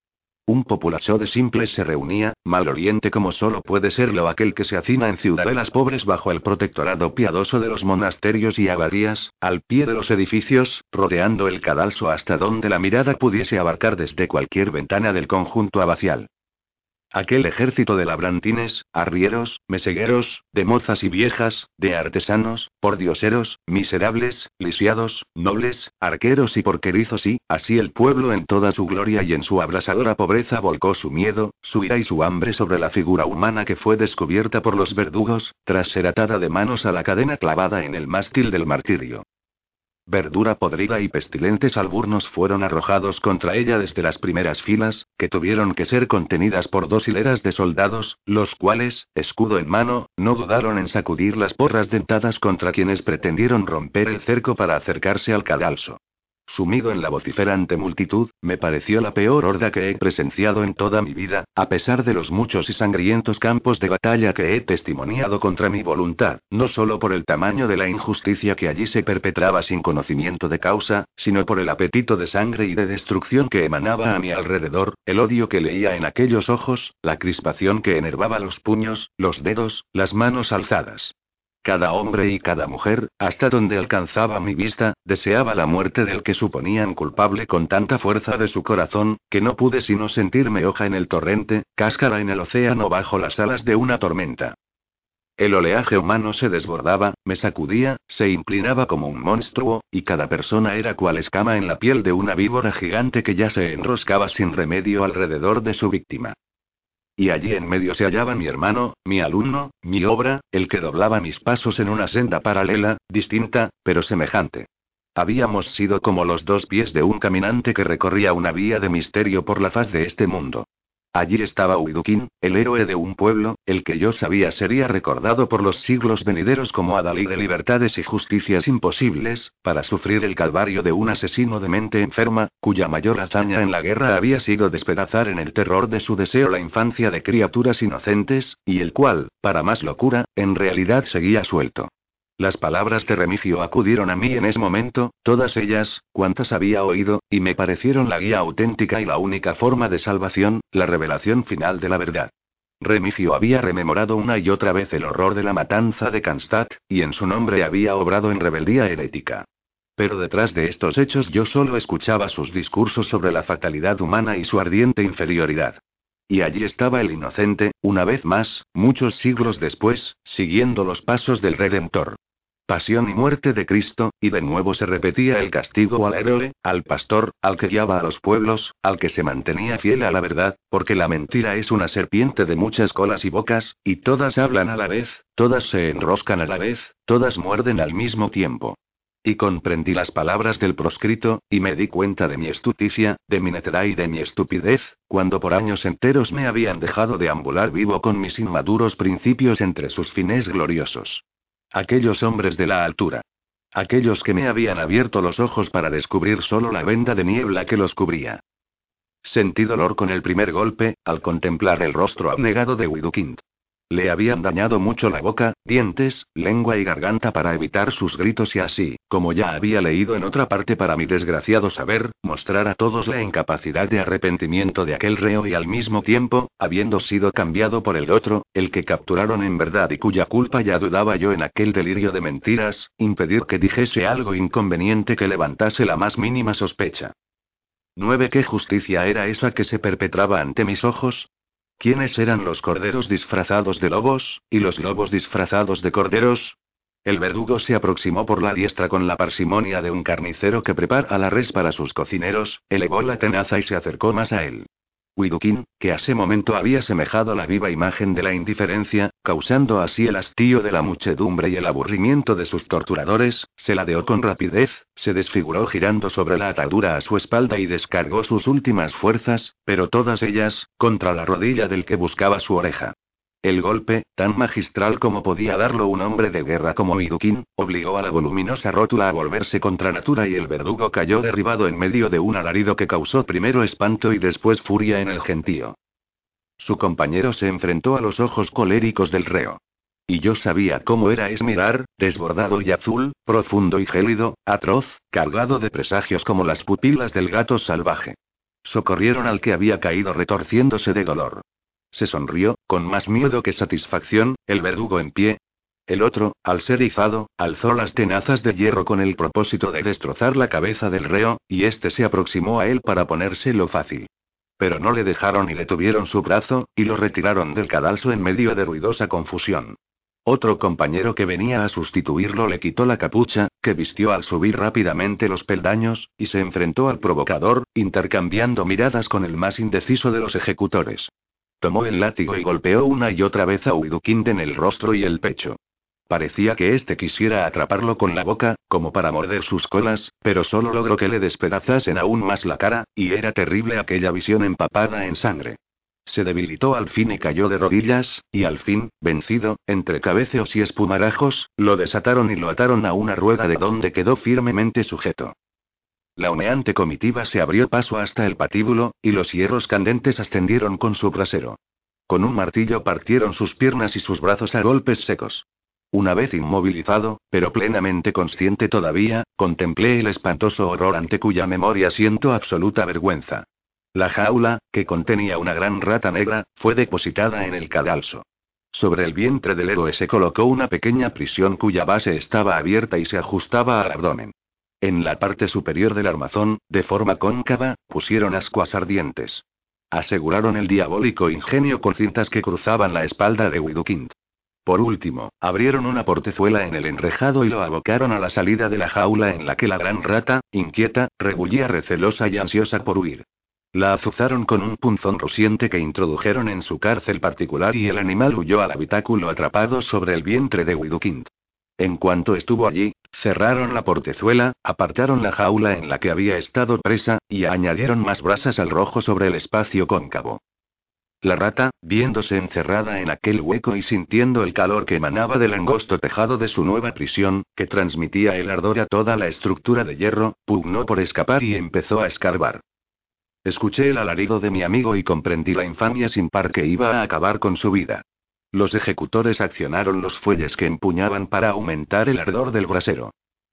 Un populacho de simples se reunía, maloliente como solo puede serlo aquel que se hacina en ciudadelas pobres bajo el protectorado piadoso de los monasterios y abadías, al pie de los edificios, rodeando el cadalso hasta donde la mirada pudiese abarcar desde cualquier ventana del conjunto abacial. Aquel ejército de labrantines, arrieros, mesegueros, de mozas y viejas, de artesanos, pordioseros, miserables, lisiados, nobles, arqueros y porquerizos y, así el pueblo en toda su gloria y en su abrasadora pobreza volcó su miedo, su ira y su hambre sobre la figura humana que fue descubierta por los verdugos, tras ser atada de manos a la cadena clavada en el mástil del martirio. Verdura podrida y pestilentes alburnos fueron arrojados contra ella desde las primeras filas, que tuvieron que ser contenidas por 2 hileras de soldados, los cuales, escudo en mano, no dudaron en sacudir las porras dentadas contra quienes pretendieron romper el cerco para acercarse al cadalso. Sumido en la vociferante multitud, me pareció la peor horda que he presenciado en toda mi vida, a pesar de los muchos y sangrientos campos de batalla que he testimoniado contra mi voluntad, no solo por el tamaño de la injusticia que allí se perpetraba sin conocimiento de causa, sino por el apetito de sangre y de destrucción que emanaba a mi alrededor, el odio que leía en aquellos ojos, la crispación que enervaba los puños, los dedos, las manos alzadas. Cada hombre y cada mujer, hasta donde alcanzaba mi vista, deseaba la muerte del que suponían culpable con tanta fuerza de su corazón, que no pude sino sentirme hoja en el torrente, cáscara en el océano bajo las alas de una tormenta. El oleaje humano se desbordaba, me sacudía, se inclinaba como un monstruo, y cada persona era cual escama en la piel de una víbora gigante que ya se enroscaba sin remedio alrededor de su víctima. Y allí en medio se hallaba mi hermano, mi alumno, mi obra, el que doblaba mis pasos en una senda paralela, distinta, pero semejante. Habíamos sido como los 2 pies de un caminante que recorría una vía de misterio por la faz de este mundo. Allí estaba Uidukin, el héroe de un pueblo, el que yo sabía sería recordado por los siglos venideros como adalid de libertades y justicias imposibles, para sufrir el calvario de un asesino de mente enferma, cuya mayor hazaña en la guerra había sido despedazar en el terror de su deseo la infancia de criaturas inocentes, y el cual, para más locura, en realidad seguía suelto. Las palabras de Remigio acudieron a mí en ese momento, todas ellas, cuantas había oído, y me parecieron la guía auténtica y la única forma de salvación, la revelación final de la verdad. Remigio había rememorado una y otra vez el horror de la matanza de Cannstatt, y en su nombre había obrado en rebeldía herética. Pero detrás de estos hechos yo solo escuchaba sus discursos sobre la fatalidad humana y su ardiente inferioridad. Y allí estaba el inocente, una vez más, muchos siglos después, siguiendo los pasos del Redentor. Pasión y muerte de Cristo, y de nuevo se repetía el castigo al héroe, al pastor, al que guiaba a los pueblos, al que se mantenía fiel a la verdad, porque la mentira es una serpiente de muchas colas y bocas, y todas hablan a la vez, todas se enroscan a la vez, todas muerden al mismo tiempo. Y comprendí las palabras del proscrito, y me di cuenta de mi estuticia, de mi necedad y de mi estupidez, cuando por años enteros me habían dejado deambular vivo con mis inmaduros principios entre sus fines gloriosos. Aquellos hombres de la altura. Aquellos que me habían abierto los ojos para descubrir solo la venda de niebla que los cubría. Sentí dolor con el primer golpe, al contemplar el rostro abnegado de Widukind. Le habían dañado mucho la boca, dientes, lengua y garganta para evitar sus gritos y así, como ya había leído en otra parte para mi desgraciado saber, mostrar a todos la incapacidad de arrepentimiento de aquel reo y al mismo tiempo, habiendo sido cambiado por el otro, el que capturaron en verdad y cuya culpa ya dudaba yo en aquel delirio de mentiras, impedir que dijese algo inconveniente que levantase la más mínima sospecha. 9. ¿Qué justicia era esa que se perpetraba ante mis ojos? ¿Quiénes eran los corderos disfrazados de lobos, y los lobos disfrazados de corderos? El verdugo se aproximó por la diestra con la parsimonia de un carnicero que prepara la res para sus cocineros, elevó la tenaza y se acercó más a él. Widukin, que a ese momento había semejado la viva imagen de la indiferencia, causando así el hastío de la muchedumbre y el aburrimiento de sus torturadores, se ladeó con rapidez, se desfiguró girando sobre la atadura a su espalda y descargó sus últimas fuerzas, pero todas ellas, contra la rodilla del que buscaba su oreja. El golpe, tan magistral como podía darlo un hombre de guerra como Widukin, obligó a la voluminosa rótula a volverse contra natura y el verdugo cayó derribado en medio de un alarido que causó primero espanto y después furia en el gentío. Su compañero se enfrentó a los ojos coléricos del reo. Y yo sabía cómo era mirar, desbordado y azul, profundo y gélido, atroz, cargado de presagios como las pupilas del gato salvaje. Socorrieron al que había caído retorciéndose de dolor. Se sonrió, con más miedo que satisfacción, el verdugo en pie. El otro, al ser izado, alzó las tenazas de hierro con el propósito de destrozar la cabeza del reo, y éste se aproximó a él para ponérselo fácil. Pero no le dejaron y detuvieron su brazo, y lo retiraron del cadalso en medio de ruidosa confusión. Otro compañero que venía a sustituirlo le quitó la capucha, que vistió al subir rápidamente los peldaños, y se enfrentó al provocador, intercambiando miradas con el más indeciso de los ejecutores. Tomó el látigo y golpeó una y otra vez a Widukin en el rostro y el pecho. Parecía que éste quisiera atraparlo con la boca, como para morder sus colas, pero solo logró que le despedazasen aún más la cara, y era terrible aquella visión empapada en sangre. Se debilitó al fin y cayó de rodillas, y al fin, vencido, entre cabeceos y espumarajos, lo desataron y lo ataron a una rueda de donde quedó firmemente sujeto. La humeante comitiva se abrió paso hasta el patíbulo, y los hierros candentes ascendieron con su brasero. Con un martillo partieron sus piernas y sus brazos a golpes secos. Una vez inmovilizado, pero plenamente consciente todavía, contemplé el espantoso horror ante cuya memoria siento absoluta vergüenza. La jaula, que contenía una gran rata negra, fue depositada en el cadalso. Sobre el vientre del héroe se colocó una pequeña prisión cuya base estaba abierta y se ajustaba al abdomen. En la parte superior del armazón, de forma cóncava, pusieron ascuas ardientes. Aseguraron el diabólico ingenio con cintas que cruzaban la espalda de Widukind. Por último, abrieron una portezuela en el enrejado y lo abocaron a la salida de la jaula en la que la gran rata, inquieta, rebullía recelosa y ansiosa por huir. La azuzaron con un punzón rusiente que introdujeron en su cárcel particular y el animal huyó al habitáculo atrapado sobre el vientre de Widukind. En cuanto estuvo allí, cerraron la portezuela, apartaron la jaula en la que había estado presa, y añadieron más brasas al rojo sobre el espacio cóncavo. La rata, viéndose encerrada en aquel hueco y sintiendo el calor que emanaba del angosto tejado de su nueva prisión, que transmitía el ardor a toda la estructura de hierro, pugnó por escapar y empezó a escarbar. Escuché el alarido de mi amigo y comprendí la infamia sin par que iba a acabar con su vida. Los ejecutores accionaron los fuelles que empuñaban para aumentar el ardor del brasero.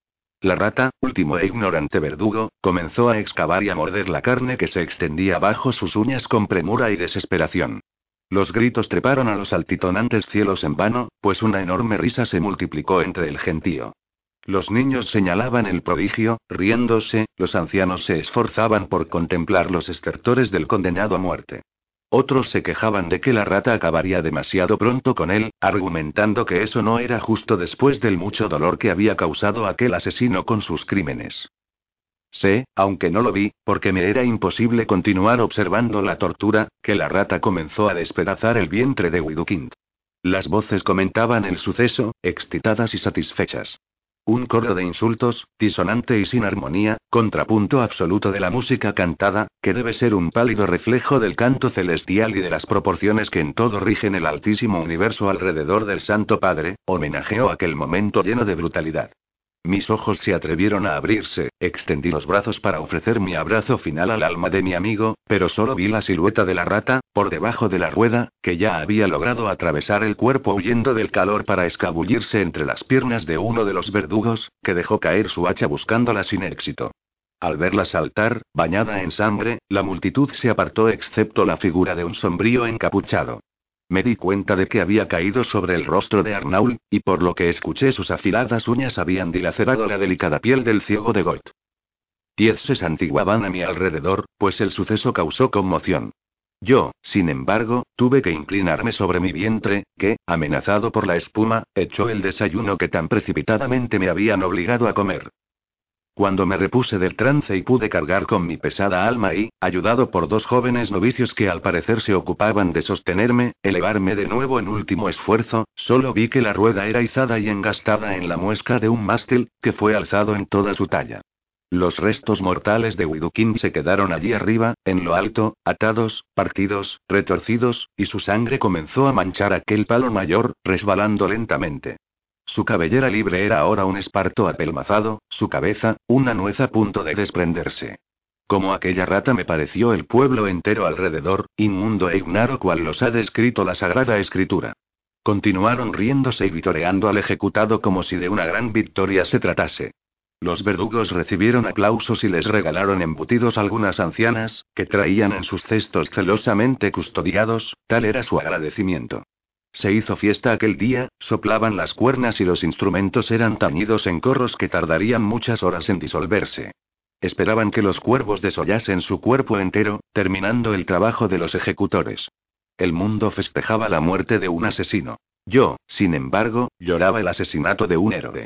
La rata, último e ignorante verdugo, comenzó a excavar y a morder la carne que se extendía bajo sus uñas con premura y desesperación. Los gritos treparon a los altitonantes cielos en vano, pues una enorme risa se multiplicó entre el gentío. Los niños señalaban el prodigio, riéndose, los ancianos se esforzaban por contemplar los estertores del condenado a muerte. Otros se quejaban de que la rata acabaría demasiado pronto con él, argumentando que eso no era justo después del mucho dolor que había causado aquel asesino con sus crímenes. Sé, aunque no lo vi, porque me era imposible continuar observando la tortura, que la rata comenzó a despedazar el vientre de Widukind. Las voces comentaban el suceso, excitadas y satisfechas. Un coro de insultos, disonante y sin armonía, contrapunto absoluto de la música cantada, que debe ser un pálido reflejo del canto celestial y de las proporciones que en todo rigen el altísimo universo alrededor del Santo Padre, homenajeó aquel momento lleno de brutalidad. Mis ojos se atrevieron a abrirse, extendí los brazos para ofrecer mi abrazo final al alma de mi amigo, pero solo vi la silueta de la rata, por debajo de la rueda, que ya había logrado atravesar el cuerpo huyendo del calor para escabullirse entre las piernas de uno de los verdugos, que dejó caer su hacha buscándola sin éxito. Al verla saltar, bañada en sangre, la multitud se apartó excepto la figura de un sombrío encapuchado. Me di cuenta de que había caído sobre el rostro de Arnaul, y por lo que escuché sus afiladas uñas habían dilacerado la delicada piel del ciego de Goethe. 10 se santiguaban a mi alrededor, pues el suceso causó conmoción. Yo, sin embargo, tuve que inclinarme sobre mi vientre, que, amenazado por la espuma, echó el desayuno que tan precipitadamente me habían obligado a comer. Cuando me repuse del trance y pude cargar con mi pesada alma y, ayudado por dos jóvenes novicios que al parecer se ocupaban de sostenerme, elevarme de nuevo en último esfuerzo, solo vi que la rueda era izada y engastada en la muesca de un mástil, que fue alzado en toda su talla. Los restos mortales de Widukind se quedaron allí arriba, en lo alto, atados, partidos, retorcidos, y su sangre comenzó a manchar aquel palo mayor, resbalando lentamente. Su cabellera libre era ahora un esparto apelmazado, su cabeza, una nuez a punto de desprenderse. Como aquella rata me pareció el pueblo entero alrededor, inmundo e ignaro cual los ha descrito la Sagrada Escritura. Continuaron riéndose y vitoreando al ejecutado como si de una gran victoria se tratase. Los verdugos recibieron aplausos y les regalaron embutidos algunas ancianas, que traían en sus cestos celosamente custodiados, tal era su agradecimiento. Se hizo fiesta aquel día, soplaban las cuernas y los instrumentos eran tañidos en corros que tardarían muchas horas en disolverse. Esperaban que los cuervos desollasen su cuerpo entero, terminando el trabajo de los ejecutores. El mundo festejaba la muerte de un asesino. Yo, sin embargo, lloraba el asesinato de un héroe.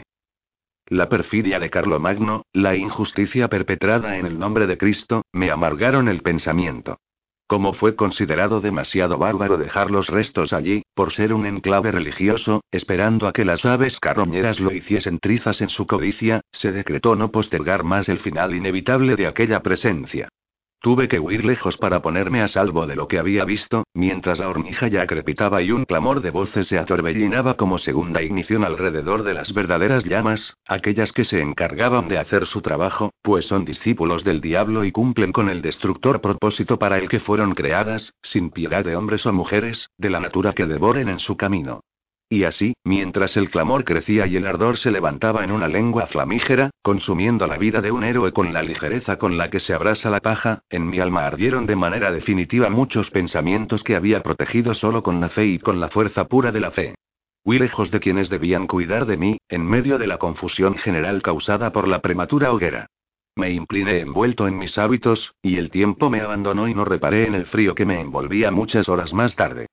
La perfidia de Carlomagno, la injusticia perpetrada en el nombre de Cristo, me amargaron el pensamiento. Como fue considerado demasiado bárbaro dejar los restos allí, por ser un enclave religioso, esperando a que las aves carroñeras lo hiciesen trizas en su codicia, se decretó no postergar más el final inevitable de aquella presencia. Tuve que huir lejos para ponerme a salvo de lo que había visto, mientras la hormija ya crepitaba y un clamor de voces se atorbellinaba como segunda ignición alrededor de las verdaderas llamas, aquellas que se encargaban de hacer su trabajo, pues son discípulos del diablo y cumplen con el destructor propósito para el que fueron creadas, sin piedad de hombres o mujeres, de la natura que devoren en su camino. Y así, mientras el clamor crecía y el ardor se levantaba en una lengua flamígera, consumiendo la vida de un héroe con la ligereza con la que se abrasa la paja, en mi alma ardieron de manera definitiva muchos pensamientos que había protegido solo con la fe y con la fuerza pura de la fe. Huí lejos de quienes debían cuidar de mí, en medio de la confusión general causada por la prematura hoguera. Me incliné envuelto en mis hábitos, y el tiempo me abandonó y no reparé en el frío que me envolvía muchas horas más tarde.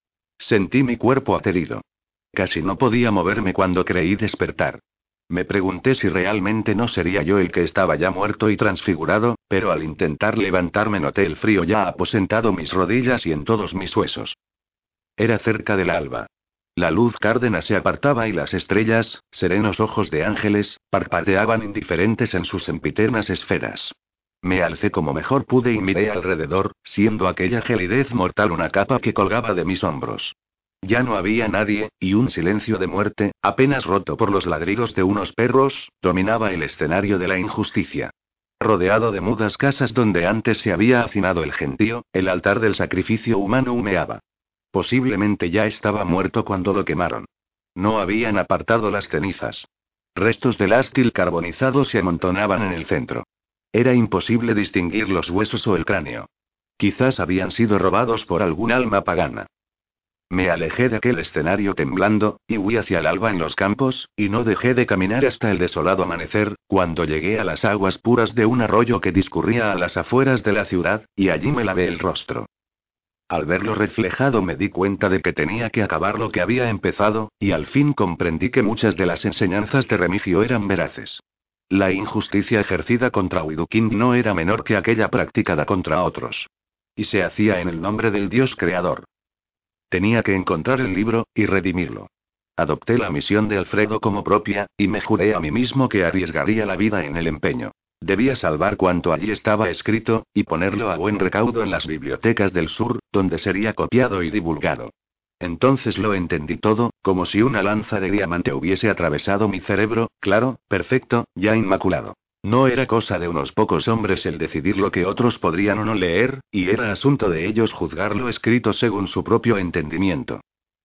Sentí mi cuerpo aterido. Casi no podía moverme cuando creí despertar. Me pregunté si realmente no sería yo el que estaba ya muerto y transfigurado, pero al intentar levantarme noté el frío ya aposentado mis rodillas y en todos mis huesos. Era cerca del alba. La luz cárdena se apartaba y las estrellas, serenos ojos de ángeles, parpadeaban indiferentes en sus sempiternas esferas. Me alcé como mejor pude y miré alrededor, siendo aquella gelidez mortal una capa que colgaba de mis hombros. Ya no había nadie, y un silencio de muerte, apenas roto por los ladridos de unos perros, dominaba el escenario de la injusticia. Rodeado de mudas casas donde antes se había hacinado el gentío, el altar del sacrificio humano humeaba. Posiblemente ya estaba muerto cuando lo quemaron. No habían apartado las cenizas. Restos del ástil carbonizado se amontonaban en el centro. Era imposible distinguir los huesos o el cráneo. Quizás habían sido robados por algún alma pagana. Me alejé de aquel escenario temblando, y huí hacia el alba en los campos, y no dejé de caminar hasta el desolado amanecer, cuando llegué a las aguas puras de un arroyo que discurría a las afueras de la ciudad, y allí me lavé el rostro. Al verlo reflejado me di cuenta de que tenía que acabar lo que había empezado, y al fin comprendí que muchas de las enseñanzas de Remigio eran veraces. La injusticia ejercida contra Widukind no era menor que aquella practicada contra otros. Y se hacía en el nombre del Dios creador. Tenía que encontrar el libro, y redimirlo. Adopté la misión de Alfredo como propia, y me juré a mí mismo que arriesgaría la vida en el empeño. Debía salvar cuanto allí estaba escrito, y ponerlo a buen recaudo en las bibliotecas del sur, donde sería copiado y divulgado. Entonces lo entendí todo, como si una lanza de diamante hubiese atravesado mi cerebro, claro, perfecto, ya inmaculado. No era cosa de unos pocos hombres el decidir lo que otros podrían o no leer, y era asunto de ellos juzgar lo escrito según su propio entendimiento.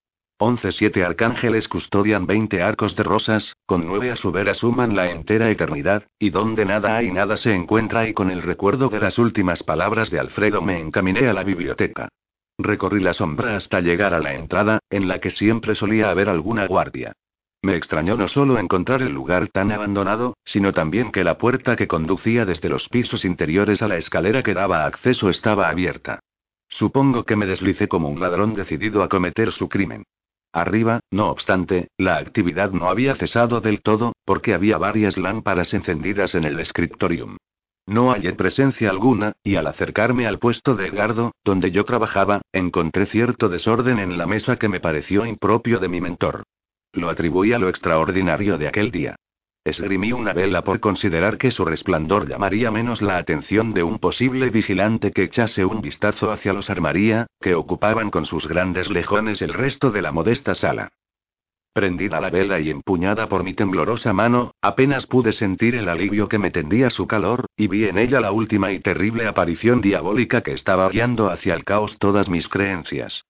7 arcángeles custodian 20 arcos de rosas, con 9 a su vera suman la entera eternidad, y donde nada hay nada se encuentra, y con el recuerdo de las últimas palabras de Alfredo me encaminé a la biblioteca. Recorrí la sombra hasta llegar a la entrada, en la que siempre solía haber alguna guardia. Me extrañó no solo encontrar el lugar tan abandonado, sino también que la puerta que conducía desde los pisos interiores a la escalera que daba acceso estaba abierta. Supongo que me deslicé como un ladrón decidido a cometer su crimen. Arriba, no obstante, la actividad no había cesado del todo, porque había varias lámparas encendidas en el scriptorium. No hallé presencia alguna, y al acercarme al puesto de Edgardo, donde yo trabajaba, encontré cierto desorden en la mesa que me pareció impropio de mi mentor. Lo atribuí a lo extraordinario de aquel día. Esgrimí una vela por considerar que su resplandor llamaría menos la atención de un posible vigilante que echase un vistazo hacia los armaría, que ocupaban con sus grandes lejones el resto de la modesta sala. Prendida la vela y empuñada por mi temblorosa mano, apenas pude sentir el alivio que me tendía su calor, y vi en ella la última y terrible aparición diabólica que estaba guiando hacia el caos todas mis creencias.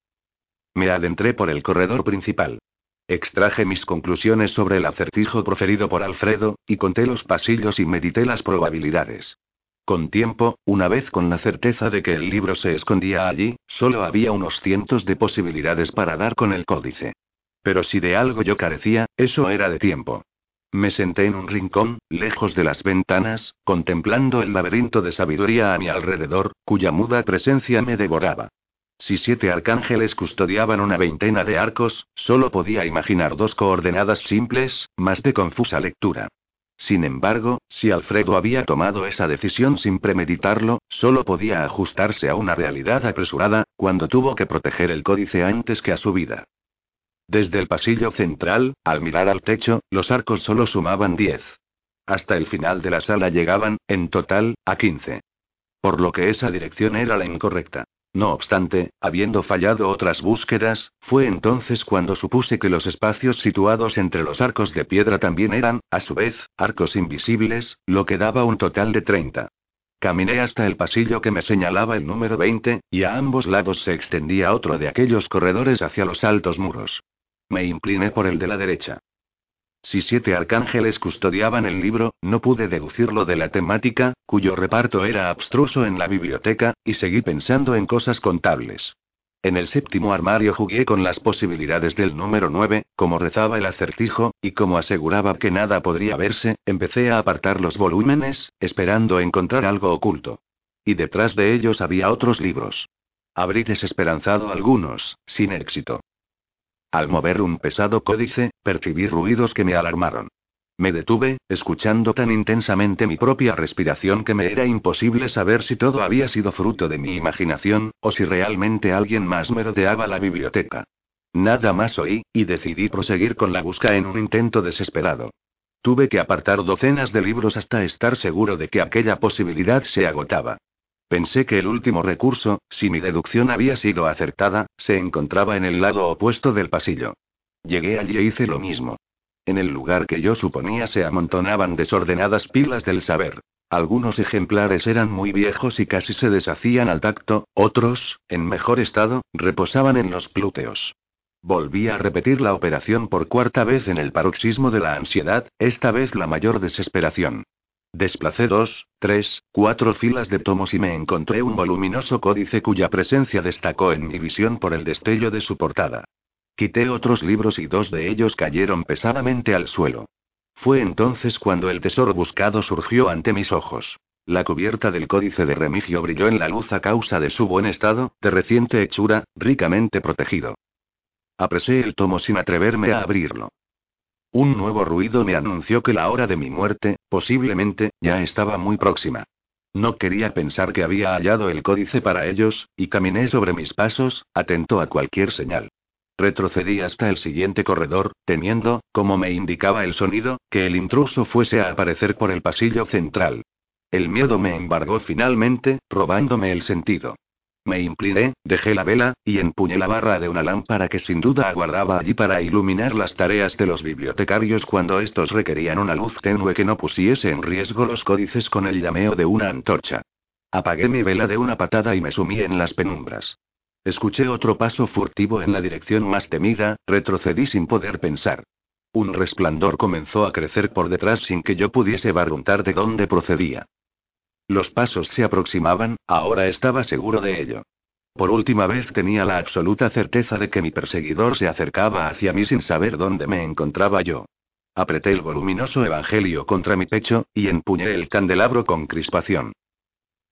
Me adentré por el corredor principal. Extraje mis conclusiones sobre el acertijo proferido por Alfredo, y conté los pasillos y medité las probabilidades. Con tiempo, una vez con la certeza de que el libro se escondía allí, solo había unos cientos de posibilidades para dar con el códice. Pero si de algo yo carecía, eso era de tiempo. Me senté en un rincón, lejos de las ventanas, contemplando el laberinto de sabiduría a mi alrededor, cuya muda presencia me devoraba. Si 7 arcángeles custodiaban una veintena de arcos, solo podía imaginar 2 coordenadas simples, más de confusa lectura. Sin embargo, si Alfredo había tomado esa decisión sin premeditarlo, solo podía ajustarse a una realidad apresurada, cuando tuvo que proteger el códice antes que a su vida. Desde el pasillo central, al mirar al techo, los arcos solo sumaban 10. Hasta el final de la sala llegaban, en total, a 15. Por lo que esa dirección era la incorrecta. No obstante, habiendo fallado otras búsquedas, fue entonces cuando supuse que los espacios situados entre los arcos de piedra también eran, a su vez, arcos invisibles, lo que daba un total de 30. Caminé hasta el pasillo que me señalaba el número 20, y a ambos lados se extendía otro de aquellos corredores hacia los altos muros. Me incliné por el de la derecha. Si 7 arcángeles custodiaban el libro, no pude deducirlo de la temática, cuyo reparto era abstruso en la biblioteca, y seguí pensando en cosas contables. En el 7º armario jugué con las posibilidades del número 9, como rezaba el acertijo, y como aseguraba que nada podría verse, empecé a apartar los volúmenes, esperando encontrar algo oculto. Y detrás de ellos había otros libros. Abrí desesperanzado algunos, sin éxito. Al mover un pesado códice, percibí ruidos que me alarmaron. Me detuve, escuchando tan intensamente mi propia respiración que me era imposible saber si todo había sido fruto de mi imaginación, o si realmente alguien más merodeaba la biblioteca. Nada más oí, y decidí proseguir con la búsqueda en un intento desesperado. Tuve que apartar docenas de libros hasta estar seguro de que aquella posibilidad se agotaba. Pensé que el último recurso, si mi deducción había sido acertada, se encontraba en el lado opuesto del pasillo. Llegué allí e hice lo mismo. En el lugar que yo suponía se amontonaban desordenadas pilas del saber. Algunos ejemplares eran muy viejos y casi se deshacían al tacto, otros, en mejor estado, reposaban en los glúteos. Volví a repetir la operación por 4ª vez en el paroxismo de la ansiedad, esta vez la mayor desesperación. Desplacé 2, 3, 4 filas de tomos y me encontré un voluminoso códice cuya presencia destacó en mi visión por el destello de su portada. Quité otros libros y 2 de ellos cayeron pesadamente al suelo. Fue entonces cuando el tesoro buscado surgió ante mis ojos. La cubierta del códice de Remigio brilló en la luz a causa de su buen estado, de reciente hechura, ricamente protegido. Apresé el tomo sin atreverme a abrirlo. Un nuevo ruido me anunció que la hora de mi muerte, posiblemente, ya estaba muy próxima. No quería pensar que había hallado el códice para ellos, y caminé sobre mis pasos, atento a cualquier señal. Retrocedí hasta el siguiente corredor, temiendo, como me indicaba el sonido, que el intruso fuese a aparecer por el pasillo central. El miedo me embargó finalmente, robándome el sentido. Me incliné, dejé la vela, y empuñé la barra de una lámpara que sin duda aguardaba allí para iluminar las tareas de los bibliotecarios cuando estos requerían una luz tenue que no pusiese en riesgo los códices con el llameo de una antorcha. Apagué mi vela de una patada y me sumí en las penumbras. Escuché otro paso furtivo en la dirección más temida, retrocedí sin poder pensar. Un resplandor comenzó a crecer por detrás sin que yo pudiese barruntar de dónde procedía. Los pasos se aproximaban, ahora estaba seguro de ello. Por última vez tenía la absoluta certeza de que mi perseguidor se acercaba hacia mí sin saber dónde me encontraba yo. Apreté el voluminoso evangelio contra mi pecho, y empuñé el candelabro con crispación.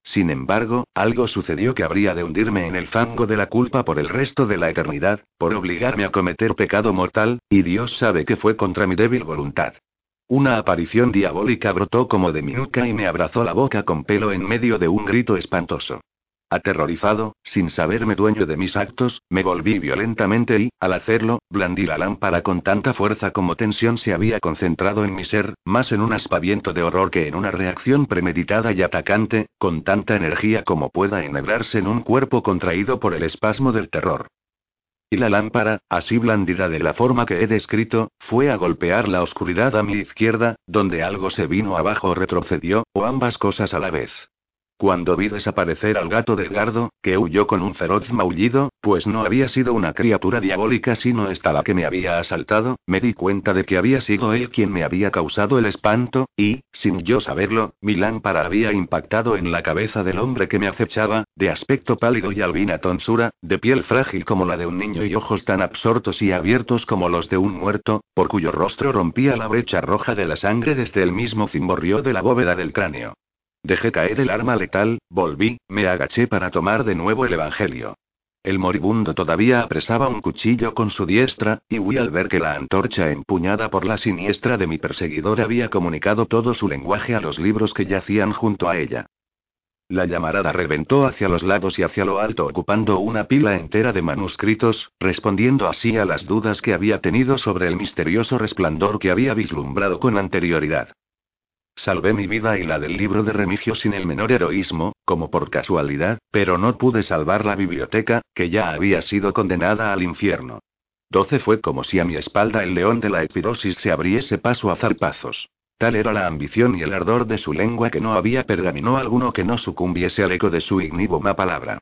Sin embargo, algo sucedió que habría de hundirme en el fango de la culpa por el resto de la eternidad, por obligarme a cometer pecado mortal, y Dios sabe que fue contra mi débil voluntad. Una aparición diabólica brotó como de mi nuca y me abrazó la boca con pelo en medio de un grito espantoso. Aterrorizado, sin saberme dueño de mis actos, me volví violentamente y, al hacerlo, blandí la lámpara con tanta fuerza como tensión se había concentrado en mi ser, más en un aspaviento de horror que en una reacción premeditada y atacante, con tanta energía como pueda enhebrarse en un cuerpo contraído por el espasmo del terror. Y la lámpara, así blandida de la forma que he descrito, fue a golpear la oscuridad a mi izquierda, donde algo se vino abajo o retrocedió, o ambas cosas a la vez. Cuando vi desaparecer al gato de Edgardo, que huyó con un feroz maullido, pues no había sido una criatura diabólica sino esta la que me había asaltado, me di cuenta de que había sido él quien me había causado el espanto, y, sin yo saberlo, mi lámpara había impactado en la cabeza del hombre que me acechaba, de aspecto pálido y albina tonsura, de piel frágil como la de un niño y ojos tan absortos y abiertos como los de un muerto, por cuyo rostro rompía la brecha roja de la sangre desde el mismo cimborrio de la bóveda del cráneo. Dejé caer el arma letal, volví, me agaché para tomar de nuevo el evangelio. El moribundo todavía apresaba un cuchillo con su diestra, y huí al ver que la antorcha empuñada por la siniestra de mi perseguidor había comunicado todo su lenguaje a los libros que yacían junto a ella. La llamarada reventó hacia los lados y hacia lo alto ocupando una pila entera de manuscritos, respondiendo así a las dudas que había tenido sobre el misterioso resplandor que había vislumbrado con anterioridad. Salvé mi vida y la del libro de Remigio sin el menor heroísmo, como por casualidad, pero no pude salvar la biblioteca, que ya había sido condenada al infierno. 12 fue como si a mi espalda el león de la epirosis se abriese paso a zarpazos. Tal era la ambición y el ardor de su lengua que no había pergamino alguno que no sucumbiese al eco de su ignívoca palabra.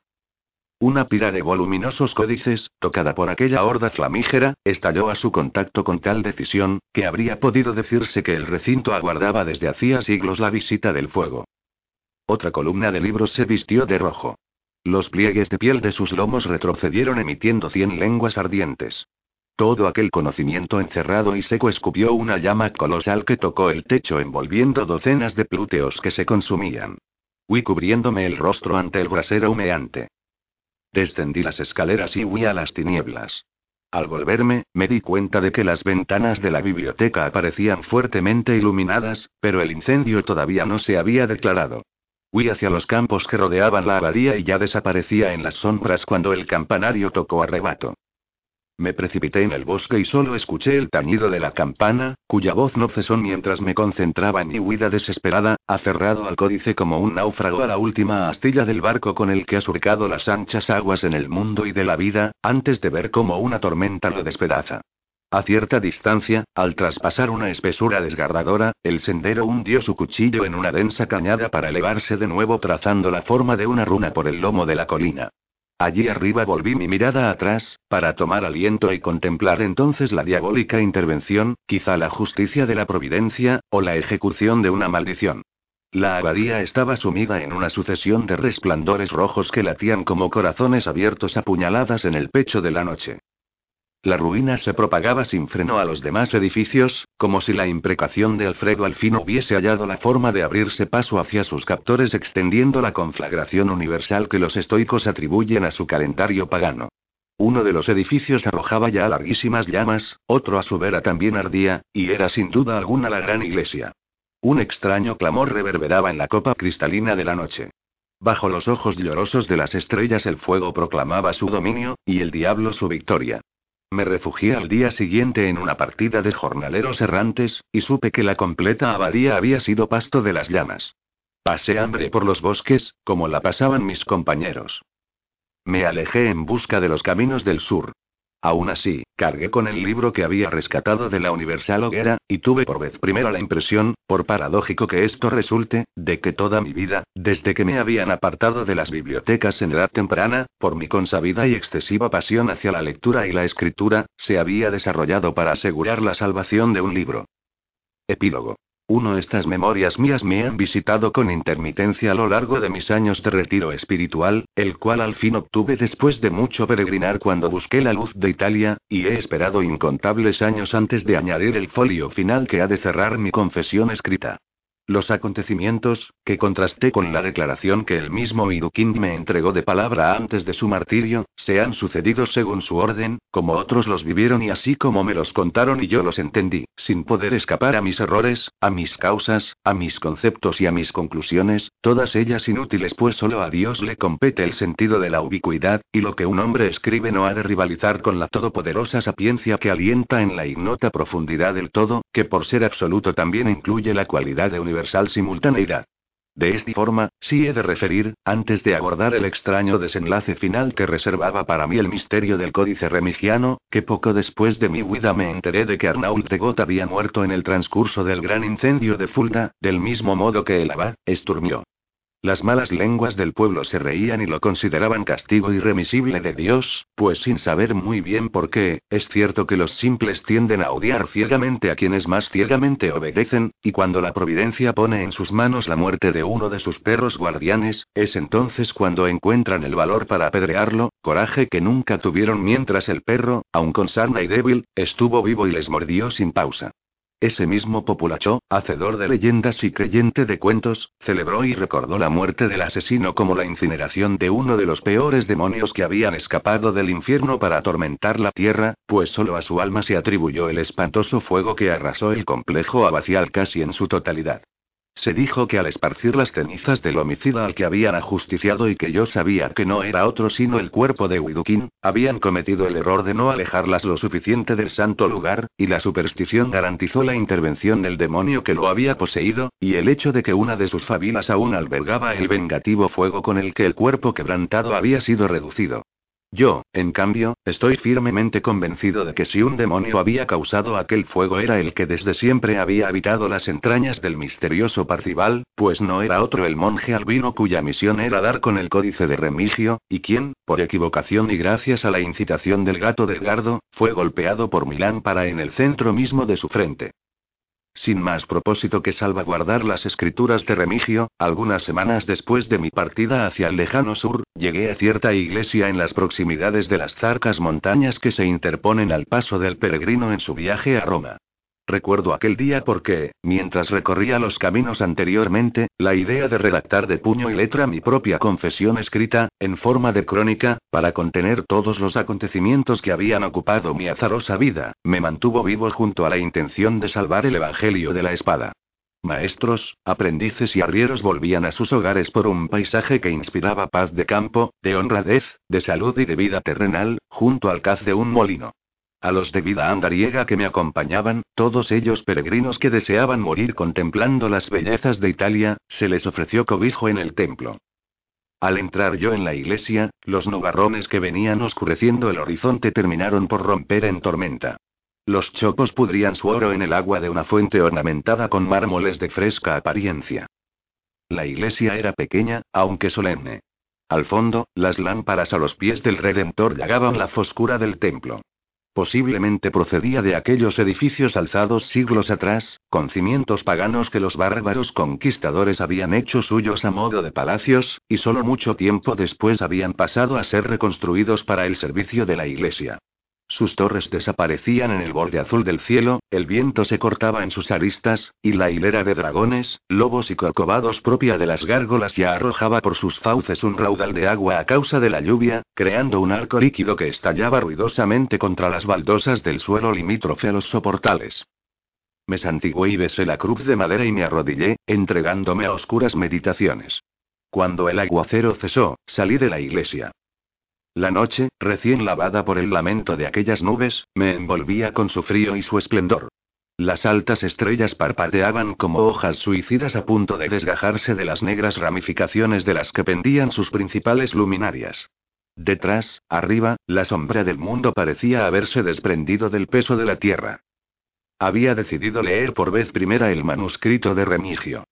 Una pila de voluminosos códices, tocada por aquella horda flamígera, estalló a su contacto con tal decisión, que habría podido decirse que el recinto aguardaba desde hacía siglos la visita del fuego. Otra columna de libros se vistió de rojo. Los pliegues de piel de sus lomos retrocedieron emitiendo 100 lenguas ardientes. Todo aquel conocimiento encerrado y seco escupió una llama colosal que tocó el techo envolviendo docenas de plúteos que se consumían. Huí cubriéndome el rostro ante el brasero humeante. Descendí las escaleras y huí a las tinieblas. Al volverme, me di cuenta de que las ventanas de la biblioteca aparecían fuertemente iluminadas, pero el incendio todavía no se había declarado. Huí hacia los campos que rodeaban la abadía y ya desaparecía en las sombras cuando el campanario tocó a rebato. Me precipité en el bosque y solo escuché el tañido de la campana, cuya voz no cesó mientras me concentraba en mi huida desesperada, aferrado al códice como un náufrago a la última astilla del barco con el que ha surcado las anchas aguas en el mundo y de la vida, antes de ver cómo una tormenta lo despedaza. A cierta distancia, al traspasar una espesura desgarradora, el sendero hundió su cuchillo en una densa cañada para elevarse de nuevo trazando la forma de una runa por el lomo de la colina. Allí arriba volví mi mirada atrás, para tomar aliento y contemplar entonces la diabólica intervención, quizá la justicia de la providencia, o la ejecución de una maldición. La abadía estaba sumida en una sucesión de resplandores rojos que latían como corazones abiertos a puñaladas en el pecho de la noche. La ruina se propagaba sin freno a los demás edificios, como si la imprecación de Alfredo al fin hubiese hallado la forma de abrirse paso hacia sus captores extendiendo la conflagración universal que los estoicos atribuyen a su calendario pagano. Uno de los edificios arrojaba ya larguísimas llamas, otro a su vera también ardía, y era sin duda alguna la gran iglesia. Un extraño clamor reverberaba en la copa cristalina de la noche. Bajo los ojos llorosos de las estrellas el fuego proclamaba su dominio, y el diablo su victoria. Me refugié al día siguiente en una partida de jornaleros errantes, y supe que la completa abadía había sido pasto de las llamas. Pasé hambre por los bosques, como la pasaban mis compañeros. Me alejé en busca de los caminos del sur. Aún así, cargué con el libro que había rescatado de la universal hoguera, y tuve por vez primera la impresión, por paradójico que esto resulte, de que toda mi vida, desde que me habían apartado de las bibliotecas en edad temprana, por mi consabida y excesiva pasión hacia la lectura y la escritura, se había desarrollado para asegurar la salvación de un libro. Epílogo. 1. Estas memorias mías me han visitado con intermitencia a lo largo de mis años de retiro espiritual, el cual al fin obtuve después de mucho peregrinar cuando busqué la luz de Italia, y he esperado incontables años antes de añadir el folio final que ha de cerrar mi confesión escrita. Los acontecimientos, que contrasté con la declaración que el mismo Widukind me entregó de palabra antes de su martirio, se han sucedido según su orden, como otros los vivieron y así como me los contaron y yo los entendí, sin poder escapar a mis errores, a mis causas, a mis conceptos y a mis conclusiones, todas ellas inútiles pues solo a Dios le compete el sentido de la ubicuidad, y lo que un hombre escribe no ha de rivalizar con la todopoderosa sapiencia que alienta en la ignota profundidad del todo, que por ser absoluto también incluye la cualidad de universal simultaneidad. De esta forma, sí he de referir, antes de abordar el extraño desenlace final que reservaba para mí el misterio del códice remigiano, que poco después de mi huida me enteré de que Arnault de Got había muerto en el transcurso del gran incendio de Fulda, del mismo modo que el abad, Esturmió. Las malas lenguas del pueblo se reían y lo consideraban castigo irremisible de Dios, pues sin saber muy bien por qué, es cierto que los simples tienden a odiar ciegamente a quienes más ciegamente obedecen, y cuando la providencia pone en sus manos la muerte de uno de sus perros guardianes, es entonces cuando encuentran el valor para apedrearlo, coraje que nunca tuvieron mientras el perro, aun con sarna y débil, estuvo vivo y les mordió sin pausa. Ese mismo populacho, hacedor de leyendas y creyente de cuentos, celebró y recordó la muerte del asesino como la incineración de uno de los peores demonios que habían escapado del infierno para atormentar la tierra, pues solo a su alma se atribuyó el espantoso fuego que arrasó el complejo abacial casi en su totalidad. Se dijo que al esparcir las cenizas del homicida al que habían ajusticiado y que yo sabía que no era otro sino el cuerpo de Widukind, habían cometido el error de no alejarlas lo suficiente del santo lugar, y la superstición garantizó la intervención del demonio que lo había poseído, y el hecho de que una de sus favilas aún albergaba el vengativo fuego con el que el cuerpo quebrantado había sido reducido. Yo, en cambio, estoy firmemente convencido de que si un demonio había causado aquel fuego era el que desde siempre había habitado las entrañas del misterioso Parcival, pues no era otro el monje albino cuya misión era dar con el códice de Remigio, y quien, por equivocación y gracias a la incitación del gato de Edgardo, fue golpeado por mi lámpara en el centro mismo de su frente. Sin más propósito que salvaguardar las escrituras de Remigio, algunas semanas después de mi partida hacia el lejano sur, llegué a cierta iglesia en las proximidades de las Zarcas montañas que se interponen al paso del peregrino en su viaje a Roma. Recuerdo aquel día porque, mientras recorría los caminos anteriormente, la idea de redactar de puño y letra mi propia confesión escrita, en forma de crónica, para contener todos los acontecimientos que habían ocupado mi azarosa vida, me mantuvo vivo junto a la intención de salvar el Evangelio de la espada. Maestros, aprendices y arrieros volvían a sus hogares por un paisaje que inspiraba paz de campo, de honradez, de salud y de vida terrenal, junto al caz de un molino. A los de vida andariega que me acompañaban, todos ellos peregrinos que deseaban morir contemplando las bellezas de Italia, se les ofreció cobijo en el templo. Al entrar yo en la iglesia, los nubarrones que venían oscureciendo el horizonte terminaron por romper en tormenta. Los chopos pudrían su oro en el agua de una fuente ornamentada con mármoles de fresca apariencia. La iglesia era pequeña, aunque solemne. Al fondo, las lámparas a los pies del Redentor llagaban la foscura del templo. Posiblemente procedía de aquellos edificios alzados siglos atrás, con cimientos paganos que los bárbaros conquistadores habían hecho suyos a modo de palacios, y solo mucho tiempo después habían pasado a ser reconstruidos para el servicio de la iglesia. Sus torres desaparecían en el borde azul del cielo, el viento se cortaba en sus aristas, y la hilera de dragones, lobos y corcovados propia de las gárgolas ya arrojaba por sus fauces un raudal de agua a causa de la lluvia, creando un arco líquido que estallaba ruidosamente contra las baldosas del suelo limítrofe a los soportales. Me santigué y besé la cruz de madera y me arrodillé, entregándome a oscuras meditaciones. Cuando el aguacero cesó, salí de la iglesia. La noche, recién lavada por el lamento de aquellas nubes, me envolvía con su frío y su esplendor. Las altas estrellas parpadeaban como hojas suicidas a punto de desgajarse de las negras ramificaciones de las que pendían sus principales luminarias. Detrás, arriba, la sombra del mundo parecía haberse desprendido del peso de la tierra. Había decidido leer por vez primera el manuscrito de Remigio.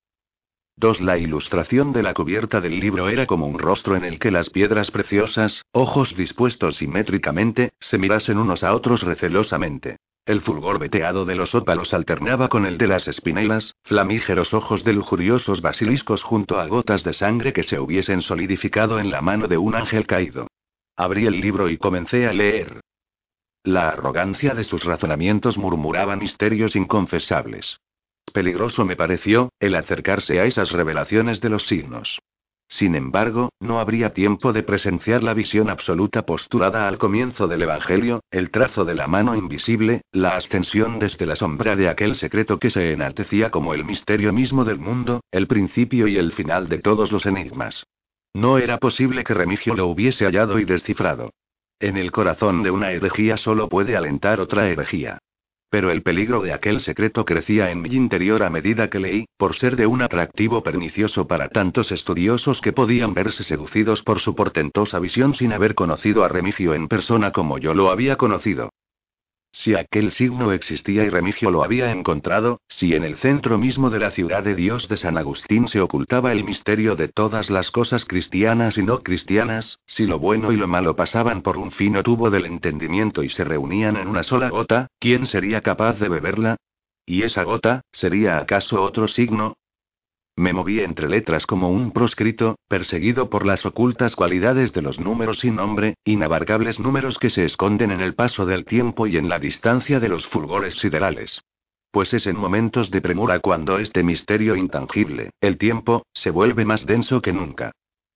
2. La ilustración de la cubierta del libro era como un rostro en el que las piedras preciosas, ojos dispuestos simétricamente, se mirasen unos a otros recelosamente. El fulgor veteado de los ópalos alternaba con el de las espinelas, flamígeros ojos de lujuriosos basiliscos junto a gotas de sangre que se hubiesen solidificado en la mano de un ángel caído. Abrí el libro y comencé a leer. La arrogancia de sus razonamientos murmuraba misterios inconfesables. Peligroso me pareció, el acercarse a esas revelaciones de los signos. Sin embargo, no habría tiempo de presenciar la visión absoluta postulada al comienzo del Evangelio, el trazo de la mano invisible, la ascensión desde la sombra de aquel secreto que se enaltecía como el misterio mismo del mundo, el principio y el final de todos los enigmas. No era posible que Remigio lo hubiese hallado y descifrado. En el corazón de una herejía solo puede alentar otra herejía. Pero el peligro de aquel secreto crecía en mi interior a medida que leí, por ser de un atractivo pernicioso para tantos estudiosos que podían verse seducidos por su portentosa visión sin haber conocido a Remigio en persona como yo lo había conocido. Si aquel signo existía y Remigio lo había encontrado, si en el centro mismo de la ciudad de Dios de San Agustín se ocultaba el misterio de todas las cosas cristianas y no cristianas, si lo bueno y lo malo pasaban por un fino tubo del entendimiento y se reunían en una sola gota, ¿quién sería capaz de beberla? ¿Y esa gota, sería acaso otro signo? Me moví entre letras como un proscrito, perseguido por las ocultas cualidades de los números sin nombre, inabarcables números que se esconden en el paso del tiempo y en la distancia de los fulgores siderales. Pues es en momentos de premura cuando este misterio intangible, el tiempo, se vuelve más denso que nunca.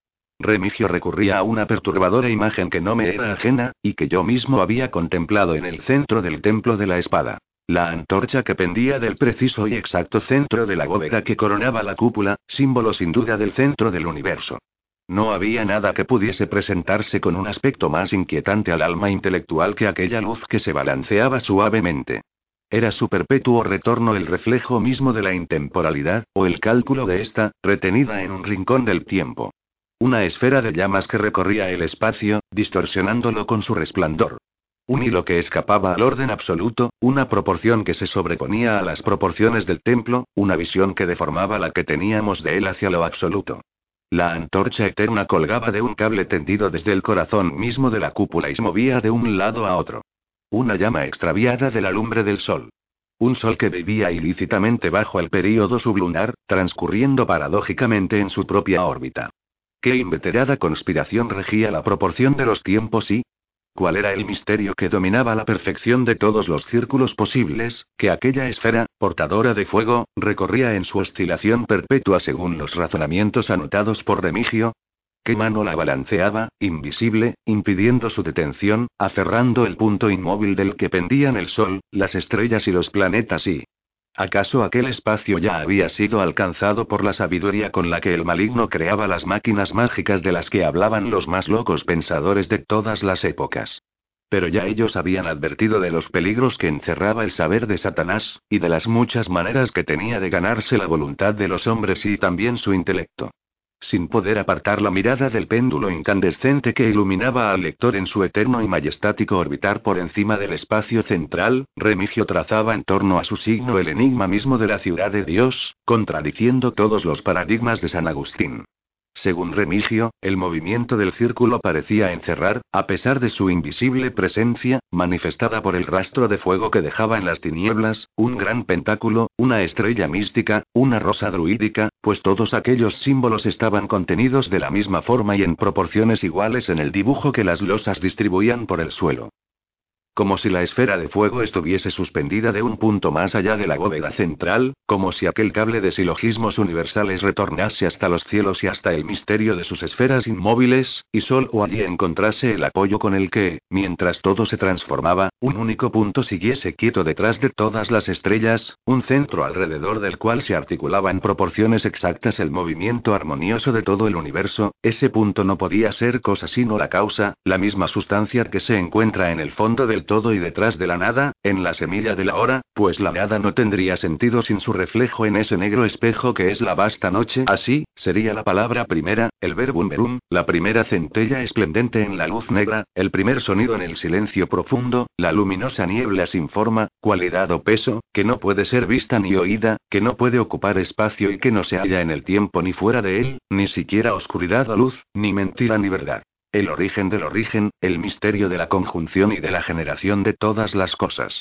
Remigio recurría a una perturbadora imagen que no me era ajena, y que yo mismo había contemplado en el centro del templo de la espada. La antorcha que pendía del preciso y exacto centro de la bóveda que coronaba la cúpula, símbolo sin duda del centro del universo. No había nada que pudiese presentarse con un aspecto más inquietante al alma intelectual que aquella luz que se balanceaba suavemente. Era su perpetuo retorno el reflejo mismo de la intemporalidad, o el cálculo de esta, retenida en un rincón del tiempo. Una esfera de llamas que recorría el espacio, distorsionándolo con su resplandor. Un hilo que escapaba al orden absoluto, una proporción que se sobreponía a las proporciones del templo, una visión que deformaba la que teníamos de él hacia lo absoluto. La antorcha eterna colgaba de un cable tendido desde el corazón mismo de la cúpula y se movía de un lado a otro. Una llama extraviada de la lumbre del sol. Un sol que vivía ilícitamente bajo el período sublunar, transcurriendo paradójicamente en su propia órbita. ¿Qué inveterada conspiración regía la proporción de los tiempos y cuál era el misterio que dominaba la perfección de todos los círculos posibles, que aquella esfera, portadora de fuego, recorría en su oscilación perpetua según los razonamientos anotados por Remigio? ¿Qué mano la balanceaba, invisible, impidiendo su detención, aferrando el punto inmóvil del que pendían el sol, las estrellas y los planetas y... ¿Acaso aquel espacio ya había sido alcanzado por la sabiduría con la que el maligno creaba las máquinas mágicas de las que hablaban los más locos pensadores de todas las épocas? Pero ya ellos habían advertido de los peligros que encerraba el saber de Satanás, y de las muchas maneras que tenía de ganarse la voluntad de los hombres y también su intelecto. Sin poder apartar la mirada del péndulo incandescente que iluminaba al lector en su eterno y majestático orbitar por encima del espacio central, Remigio trazaba en torno a su signo el enigma mismo de la ciudad de Dios, contradiciendo todos los paradigmas de San Agustín. Según Remigio, el movimiento del círculo parecía encerrar, a pesar de su invisible presencia, manifestada por el rastro de fuego que dejaba en las tinieblas, un gran pentáculo, una estrella mística, una rosa druídica, pues todos aquellos símbolos estaban contenidos de la misma forma y en proporciones iguales en el dibujo que las losas distribuían por el suelo. Como si la esfera de fuego estuviese suspendida de un punto más allá de la bóveda central, como si aquel cable de silogismos universales retornase hasta los cielos y hasta el misterio de sus esferas inmóviles, y solo allí encontrase el apoyo con el que, mientras todo se transformaba, un único punto siguiese quieto detrás de todas las estrellas, un centro alrededor del cual se articulaba en proporciones exactas el movimiento armonioso de todo el universo. Ese punto no podía ser cosa sino la causa, la misma sustancia que se encuentra en el fondo del todo y detrás de la nada, en la semilla de la hora, pues la nada no tendría sentido sin su reflejo en ese negro espejo que es la vasta noche. Así, sería la palabra primera, el verbum verum, la primera centella esplendente en la luz negra, el primer sonido en el silencio profundo, la luminosa niebla sin forma, cualidad o peso, que no puede ser vista ni oída, que no puede ocupar espacio y que no se halla en el tiempo ni fuera de él, ni siquiera oscuridad o luz, ni mentira ni verdad. El origen del origen, el misterio de la conjunción y de la generación de todas las cosas.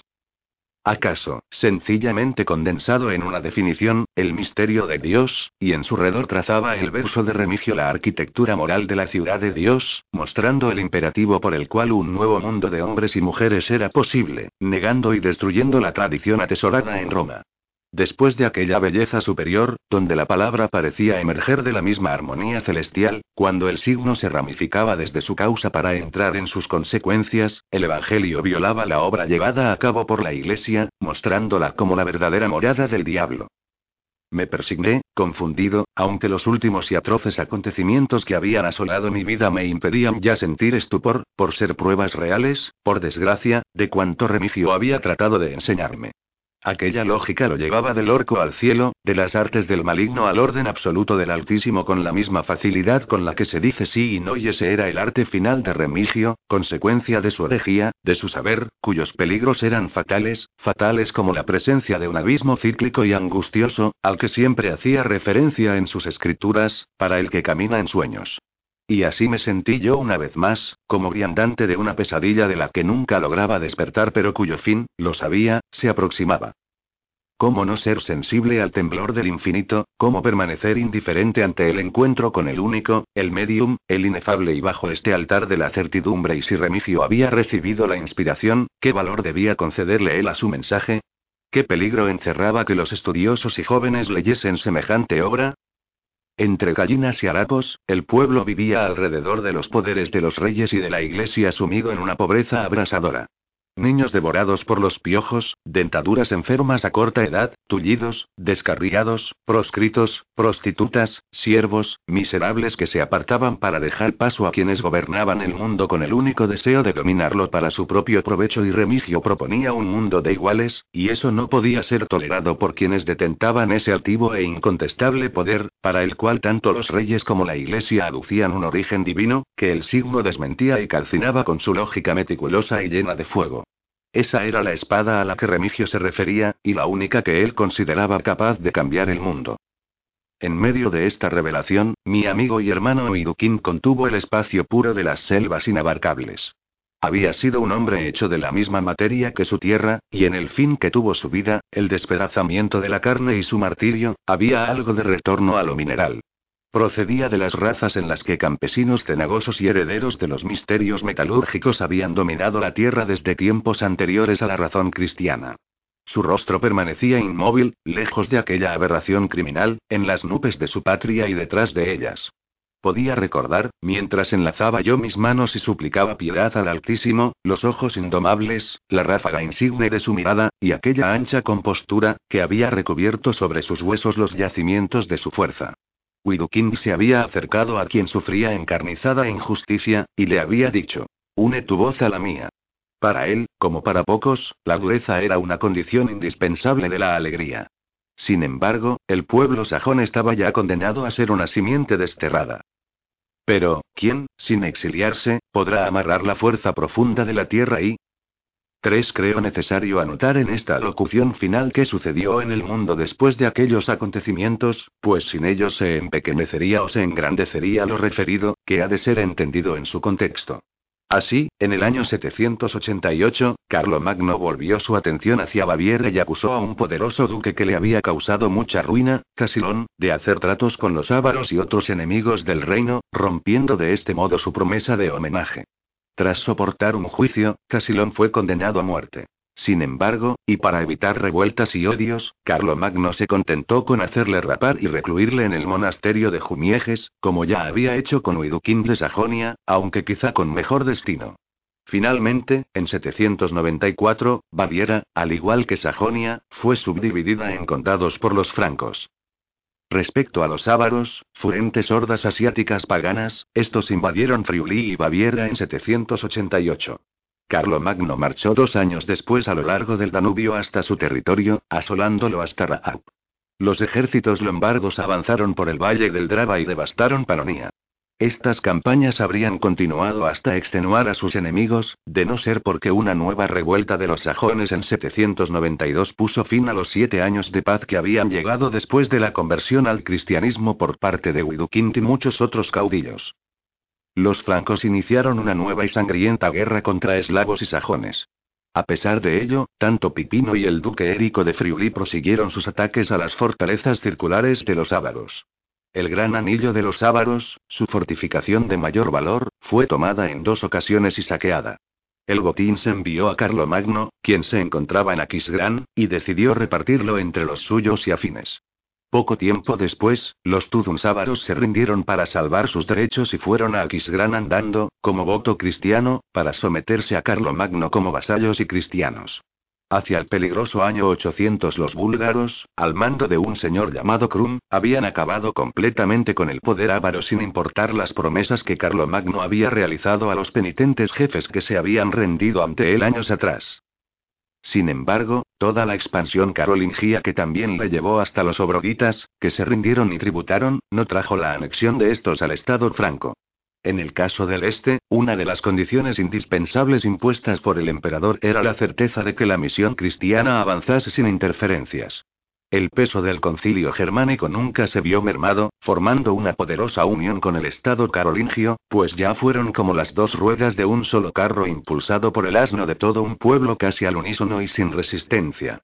¿Acaso, sencillamente condensado en una definición, el misterio de Dios? Y en su redor trazaba el verso de Remigio la arquitectura moral de la ciudad de Dios, mostrando el imperativo por el cual un nuevo mundo de hombres y mujeres era posible, negando y destruyendo la tradición atesorada en Roma. Después de aquella belleza superior, donde la palabra parecía emerger de la misma armonía celestial, cuando el signo se ramificaba desde su causa para entrar en sus consecuencias, el Evangelio violaba la obra llevada a cabo por la Iglesia, mostrándola como la verdadera morada del diablo. Me persigné, confundido, aunque los últimos y atroces acontecimientos que habían asolado mi vida me impedían ya sentir estupor, por ser pruebas reales, por desgracia, de cuanto Remigio había tratado de enseñarme. Aquella lógica lo llevaba del orco al cielo, de las artes del maligno al orden absoluto del Altísimo con la misma facilidad con la que se dice sí y no, y ese era el arte final de Remigio, consecuencia de su herejía, de su saber, cuyos peligros eran fatales, fatales como la presencia de un abismo cíclico y angustioso, al que siempre hacía referencia en sus escrituras, para el que camina en sueños. Y así me sentí yo una vez más, como viandante de una pesadilla de la que nunca lograba despertar pero cuyo fin, lo sabía, se aproximaba. ¿Cómo no ser sensible al temblor del infinito? ¿Cómo permanecer indiferente ante el encuentro con el único, el medium, el inefable y bajo este altar de la certidumbre? Y si Remigio había recibido la inspiración, ¿qué valor debía concederle él a su mensaje? ¿Qué peligro encerraba que los estudiosos y jóvenes leyesen semejante obra? Entre gallinas y harapos, el pueblo vivía alrededor de los poderes de los reyes y de la iglesia sumido en una pobreza abrasadora. Niños devorados por los piojos, dentaduras enfermas a corta edad, tullidos, descarriados, proscritos, prostitutas, siervos, miserables que se apartaban para dejar paso a quienes gobernaban el mundo con el único deseo de dominarlo para su propio provecho. Y Remigio proponía un mundo de iguales, y eso no podía ser tolerado por quienes detentaban ese altivo e incontestable poder, para el cual tanto los reyes como la iglesia aducían un origen divino, que el signo desmentía y calcinaba con su lógica meticulosa y llena de fuego. Esa era la espada a la que Remigio se refería, y la única que él consideraba capaz de cambiar el mundo. En medio de esta revelación, mi amigo y hermano Oidukin contuvo el espacio puro de las selvas inabarcables. Había sido un hombre hecho de la misma materia que su tierra, y en el fin que tuvo su vida, el despedazamiento de la carne y su martirio, había algo de retorno a lo mineral. Procedía de las razas en las que campesinos cenagosos y herederos de los misterios metalúrgicos habían dominado la tierra desde tiempos anteriores a la razón cristiana. Su rostro permanecía inmóvil, lejos de aquella aberración criminal, en las nubes de su patria y detrás de ellas. Podía recordar, mientras enlazaba yo mis manos y suplicaba piedad al Altísimo, los ojos indomables, la ráfaga insigne de su mirada, y aquella ancha compostura, que había recubierto sobre sus huesos los yacimientos de su fuerza. Widukind se había acercado a quien sufría encarnizada injusticia, y le había dicho: «Une tu voz a la mía». Para él, como para pocos, la dureza era una condición indispensable de la alegría. Sin embargo, el pueblo sajón estaba ya condenado a ser una simiente desterrada. Pero, ¿quién, sin exiliarse, podrá amarrar la fuerza profunda de la tierra y...? 3. Creo necesario anotar en esta alocución final qué sucedió en el mundo después de aquellos acontecimientos, pues sin ellos se empequeñecería o se engrandecería lo referido, que ha de ser entendido en su contexto. Así, en el año 788, Carlomagno volvió su atención hacia Baviera y acusó a un poderoso duque que le había causado mucha ruina, Casilón, de hacer tratos con los ávaros y otros enemigos del reino, rompiendo de este modo su promesa de homenaje. Tras soportar un juicio, Casilón fue condenado a muerte. Sin embargo, y para evitar revueltas y odios, Carlomagno se contentó con hacerle rapar y recluirle en el monasterio de Jumieges, como ya había hecho con Widukind de Sajonia, aunque quizá con mejor destino. Finalmente, en 794, Baviera, al igual que Sajonia, fue subdividida en condados por los francos. Respecto a los ávaros, fuentes hordas asiáticas paganas, estos invadieron Friuli y Baviera en 788. Carlomagno marchó 2 años después a lo largo del Danubio hasta su territorio, asolándolo hasta Rahab. Los ejércitos lombardos avanzaron por el valle del Drava y devastaron Panonia. Estas campañas habrían continuado hasta extenuar a sus enemigos, de no ser porque una nueva revuelta de los sajones en 792 puso fin a los 7 años de paz que habían llegado después de la conversión al cristianismo por parte de Widukind y muchos otros caudillos. Los francos iniciaron una nueva y sangrienta guerra contra eslavos y sajones. A pesar de ello, tanto Pipino y el duque Érico de Friuli prosiguieron sus ataques a las fortalezas circulares de los ávaros. El gran anillo de los ávaros, su fortificación de mayor valor, fue tomada en 2 ocasiones y saqueada. El botín se envió a Carlomagno, quien se encontraba en Aquisgrán, y decidió repartirlo entre los suyos y afines. Poco tiempo después, los tudunsávaros se rindieron para salvar sus derechos y fueron a Aquisgrán andando, como voto cristiano, para someterse a Carlomagno como vasallos y cristianos. Hacia el peligroso año 800 los búlgaros, al mando de un señor llamado Krum, habían acabado completamente con el poder ávaro sin importar las promesas que Carlomagno había realizado a los penitentes jefes que se habían rendido ante él años atrás. Sin embargo, toda la expansión carolingia que también le llevó hasta los obroditas, que se rindieron y tributaron, no trajo la anexión de estos al Estado franco. En el caso del este, una de las condiciones indispensables impuestas por el emperador era la certeza de que la misión cristiana avanzase sin interferencias. El peso del concilio germánico nunca se vio mermado, formando una poderosa unión con el Estado carolingio, pues ya fueron como las dos ruedas de un solo carro impulsado por el asno de todo un pueblo casi al unísono y sin resistencia.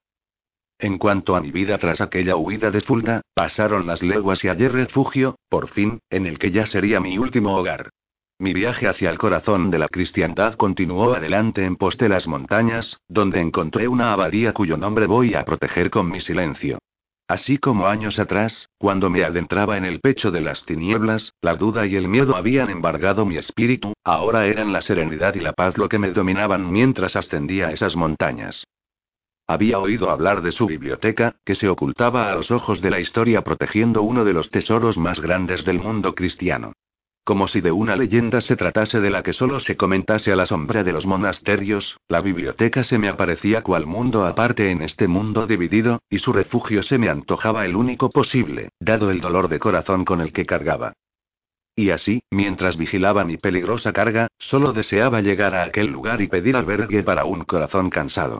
En cuanto a mi vida tras aquella huida de Fulda, pasaron las leguas y hallé refugio, por fin, en el que ya sería mi último hogar. Mi viaje hacia el corazón de la cristiandad continuó adelante en pos de las montañas, donde encontré una abadía cuyo nombre voy a proteger con mi silencio. Así como años atrás, cuando me adentraba en el pecho de las tinieblas, la duda y el miedo habían embargado mi espíritu, ahora eran la serenidad y la paz lo que me dominaban mientras ascendía esas montañas. Había oído hablar de su biblioteca, que se ocultaba a los ojos de la historia protegiendo uno de los tesoros más grandes del mundo cristiano. Como si de una leyenda se tratase de la que solo se comentase a la sombra de los monasterios, la biblioteca se me aparecía cual mundo aparte en este mundo dividido, y su refugio se me antojaba el único posible, dado el dolor de corazón con el que cargaba. Y así, mientras vigilaba mi peligrosa carga, solo deseaba llegar a aquel lugar y pedir albergue para un corazón cansado.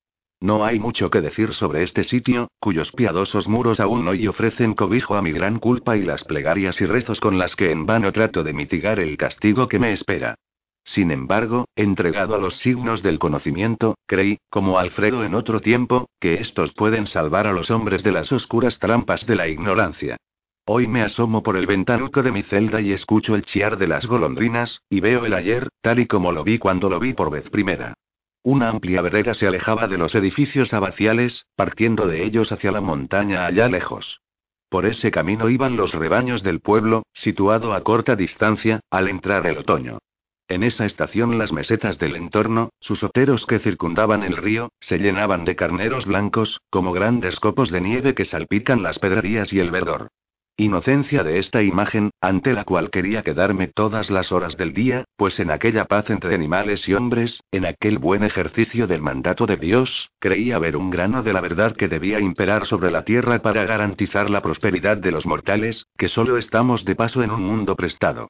No hay mucho que decir sobre este sitio, cuyos piadosos muros aún hoy ofrecen cobijo a mi gran culpa y las plegarias y rezos con las que en vano trato de mitigar el castigo que me espera. Sin embargo, entregado a los signos del conocimiento, creí, como Alfredo en otro tiempo, que estos pueden salvar a los hombres de las oscuras trampas de la ignorancia. Hoy me asomo por el ventanuco de mi celda y escucho el chiar de las golondrinas, y veo el ayer, tal y como lo vi cuando lo vi por vez primera. Una amplia vereda se alejaba de los edificios abaciales, partiendo de ellos hacia la montaña allá lejos. Por ese camino iban los rebaños del pueblo, situado a corta distancia, al entrar el otoño. En esa estación las mesetas del entorno, sus oteros que circundaban el río, se llenaban de carneros blancos, como grandes copos de nieve que salpican las pedrerías y el verdor. Inocencia de esta imagen, ante la cual quería quedarme todas las horas del día, pues en aquella paz entre animales y hombres, en aquel buen ejercicio del mandato de Dios, creía ver un grano de la verdad que debía imperar sobre la tierra para garantizar la prosperidad de los mortales, que solo estamos de paso en un mundo prestado.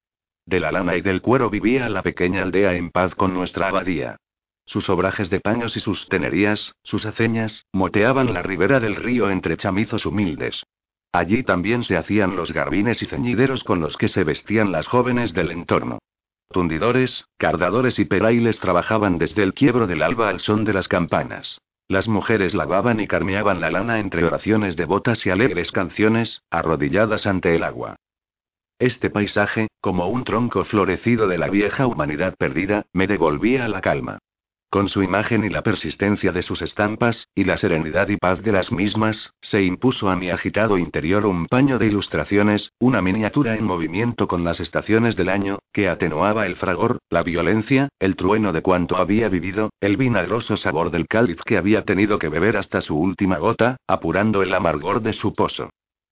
De la lana y del cuero vivía la pequeña aldea en paz con nuestra abadía. Sus obrajes de paños y sus tenerías, sus aceñas, moteaban la ribera del río entre chamizos humildes. Allí también se hacían los garbines y ceñideros con los que se vestían las jóvenes del entorno. Tundidores, cardadores y perailes trabajaban desde el quiebro del alba al son de las campanas. Las mujeres lavaban y carneaban la lana entre oraciones devotas y alegres canciones, arrodilladas ante el agua. Este paisaje, como un tronco florecido de la vieja humanidad perdida, me devolvía a la calma. Con su imagen y la persistencia de sus estampas, y la serenidad y paz de las mismas, se impuso a mi agitado interior un paño de ilustraciones, una miniatura en movimiento con las estaciones del año, que atenuaba el fragor, la violencia, el trueno de cuanto había vivido, el vinagroso sabor del cáliz que había tenido que beber hasta su última gota, apurando el amargor de su pozo.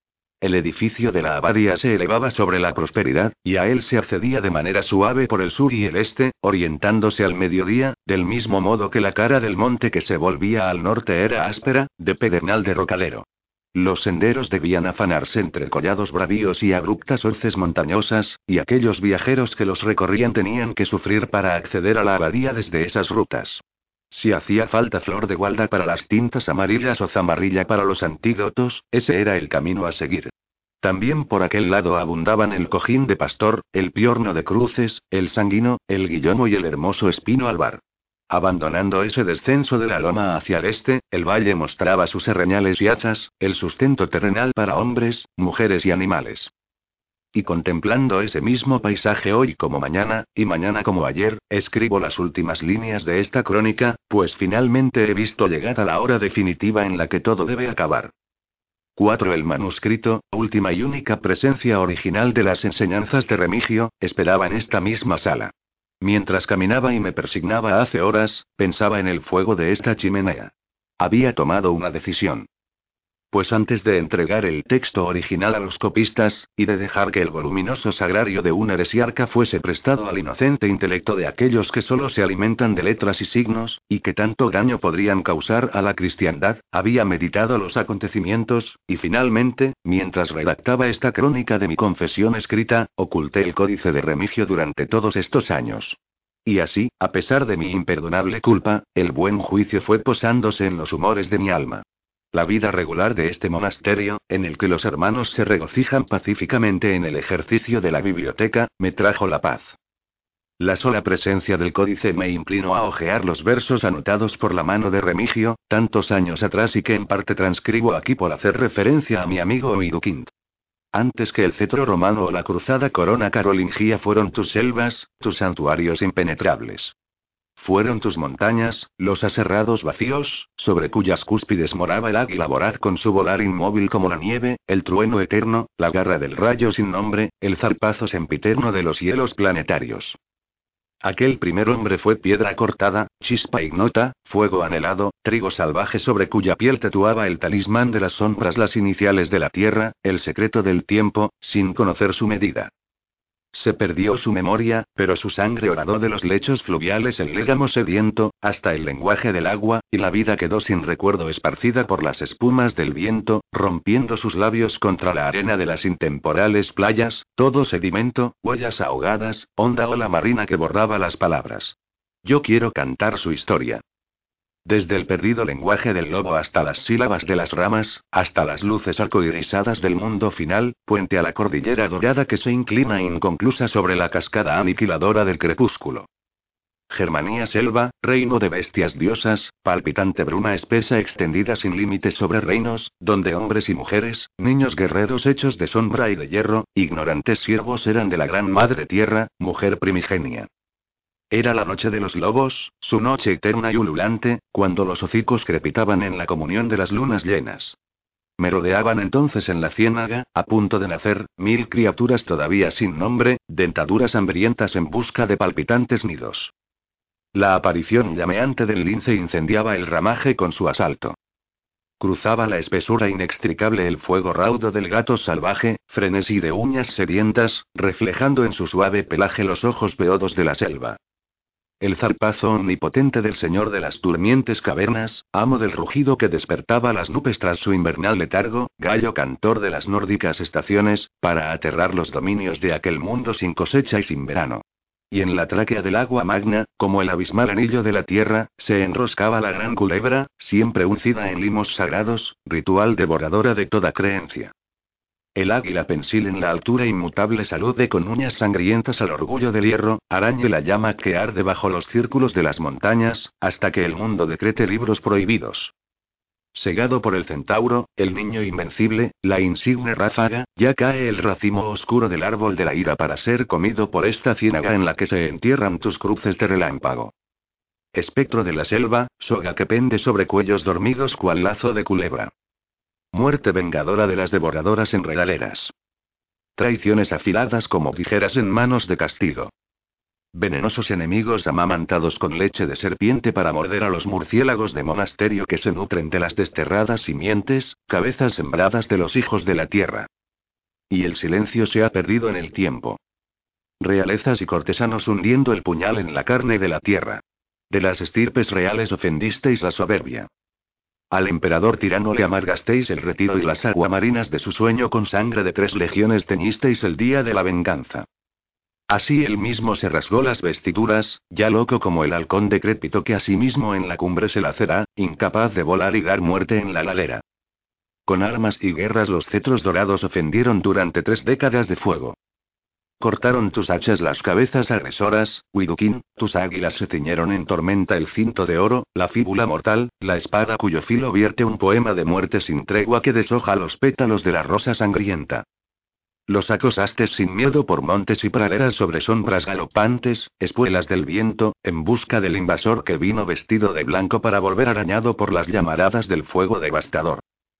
El edificio de la abadía se elevaba sobre la prosperidad, y a él se accedía de manera suave por el sur y el este, orientándose al mediodía, del mismo modo que la cara del monte que se volvía al norte era áspera, de pedernal derrocadero. Los senderos debían afanarse entre collados bravíos y abruptas hoces montañosas, y aquellos viajeros que los recorrían tenían que sufrir para acceder a la abadía desde esas rutas. Si hacía falta flor de gualda para las tintas amarillas o zamarrilla para los antídotos, ese era el camino a seguir. También por aquel lado abundaban el cojín de pastor, el piorno de cruces, el sanguino, el guillomo y el hermoso espino albar. Abandonando ese descenso de la loma hacia el este, el valle mostraba sus serreñales y hachas, el sustento terrenal para hombres, mujeres y animales. Y contemplando ese mismo paisaje hoy como mañana, y mañana como ayer, escribo las últimas líneas de esta crónica, pues finalmente he visto llegada la hora definitiva en la que todo debe acabar. 4. El manuscrito, última y única presencia original de las enseñanzas de Remigio, esperaba en esta misma sala. Mientras caminaba y me persignaba hace horas, pensaba en el fuego de esta chimenea. Había tomado una decisión. Pues antes de entregar el texto original a los copistas, y de dejar que el voluminoso sagrario de un heresiarca fuese prestado al inocente intelecto de aquellos que solo se alimentan de letras y signos, y que tanto daño podrían causar a la cristiandad, había meditado los acontecimientos, y finalmente, mientras redactaba esta crónica de mi confesión escrita, oculté el códice de Remigio durante todos estos años. Y así, a pesar de mi imperdonable culpa, el buen juicio fue posándose en los humores de mi alma. La vida regular de este monasterio, en el que los hermanos se regocijan pacíficamente en el ejercicio de la biblioteca, me trajo la paz. La sola presencia del códice me inclinó a hojear los versos anotados por la mano de Remigio, tantos años atrás y que en parte transcribo aquí por hacer referencia a mi amigo Widukind. Antes que el cetro romano o la cruzada corona carolingia fueron tus selvas, tus santuarios impenetrables. Fueron tus montañas, los aserrados vacíos, sobre cuyas cúspides moraba el águila voraz con su volar inmóvil como la nieve, el trueno eterno, la garra del rayo sin nombre, el zarpazo sempiterno de los hielos planetarios. Aquel primer hombre fue piedra cortada, chispa ignota, fuego anhelado, trigo salvaje sobre cuya piel tatuaba el talismán de las sombras, las iniciales de la tierra, el secreto del tiempo, sin conocer su medida. Se perdió su memoria, pero su sangre horadó de los lechos fluviales el légamo sediento, hasta el lenguaje del agua, y la vida quedó sin recuerdo esparcida por las espumas del viento, rompiendo sus labios contra la arena de las intemporales playas, todo sedimento, huellas ahogadas, honda ola marina que borraba las palabras. Yo quiero cantar su historia. Desde el perdido lenguaje del lobo hasta las sílabas de las ramas, hasta las luces arcoirisadas del mundo final, puente a la cordillera dorada que se inclina inconclusa sobre la cascada aniquiladora del crepúsculo. Germanía selva, reino de bestias diosas, palpitante bruma espesa extendida sin límites sobre reinos, donde hombres y mujeres, niños guerreros hechos de sombra y de hierro, ignorantes siervos eran de la gran madre tierra, mujer primigenia. Era la noche de los lobos, su noche eterna y ululante, cuando los hocicos crepitaban en la comunión de las lunas llenas. Merodeaban entonces en la ciénaga, a punto de nacer, 1000 criaturas todavía sin nombre, dentaduras hambrientas en busca de palpitantes nidos. La aparición llameante del lince incendiaba el ramaje con su asalto. Cruzaba la espesura inextricable el fuego raudo del gato salvaje, frenesí de uñas sedientas, reflejando en su suave pelaje los ojos beodos de la selva. El zarpazo omnipotente del señor de las durmientes cavernas, amo del rugido que despertaba las nubes tras su invernal letargo, gallo cantor de las nórdicas estaciones, para aterrar los dominios de aquel mundo sin cosecha y sin verano. Y en la tráquea del agua magna, como el abismal anillo de la tierra, se enroscaba la gran culebra, siempre uncida en limos sagrados, ritual devoradora de toda creencia. El águila pensil en la altura inmutable salude con uñas sangrientas al orgullo del hierro, arañe la llama que arde bajo los círculos de las montañas, hasta que el mundo decrete libros prohibidos. Segado por el centauro, el niño invencible, la insigne ráfaga, ya cae el racimo oscuro del árbol de la ira para ser comido por esta ciénaga en la que se entierran tus cruces de relámpago. Espectro de la selva, soga que pende sobre cuellos dormidos cual lazo de culebra. Muerte vengadora de las devoradoras enredaleras. Traiciones afiladas como tijeras en manos de castigo. Venenosos enemigos amamantados con leche de serpiente para morder a los murciélagos de monasterio que se nutren de las desterradas simientes, cabezas sembradas de los hijos de la tierra. Y el silencio se ha perdido en el tiempo. Realezas y cortesanos hundiendo el puñal en la carne de la tierra. De las estirpes reales ofendisteis la soberbia. Al emperador tirano le amargasteis el retiro y las aguamarinas de su sueño con sangre de 3 legiones teñisteis el día de la venganza. Así él mismo se rasgó las vestiduras, ya loco como el halcón decrépito que asimismo en la cumbre se lacera, incapaz de volar y dar muerte en la ladera. Con armas y guerras los cetros dorados ofendieron durante 3 décadas de fuego. Cortaron tus hachas las cabezas agresoras, Widukind, tus águilas se ciñeron en tormenta el cinto de oro, la fíbula mortal, la espada cuyo filo vierte un poema de muerte sin tregua que deshoja los pétalos de la rosa sangrienta. Los acosaste sin miedo por montes y praderas sobre sombras galopantes, espuelas del viento, en busca del invasor que vino vestido de blanco para volver arañado por las llamaradas del fuego devastador.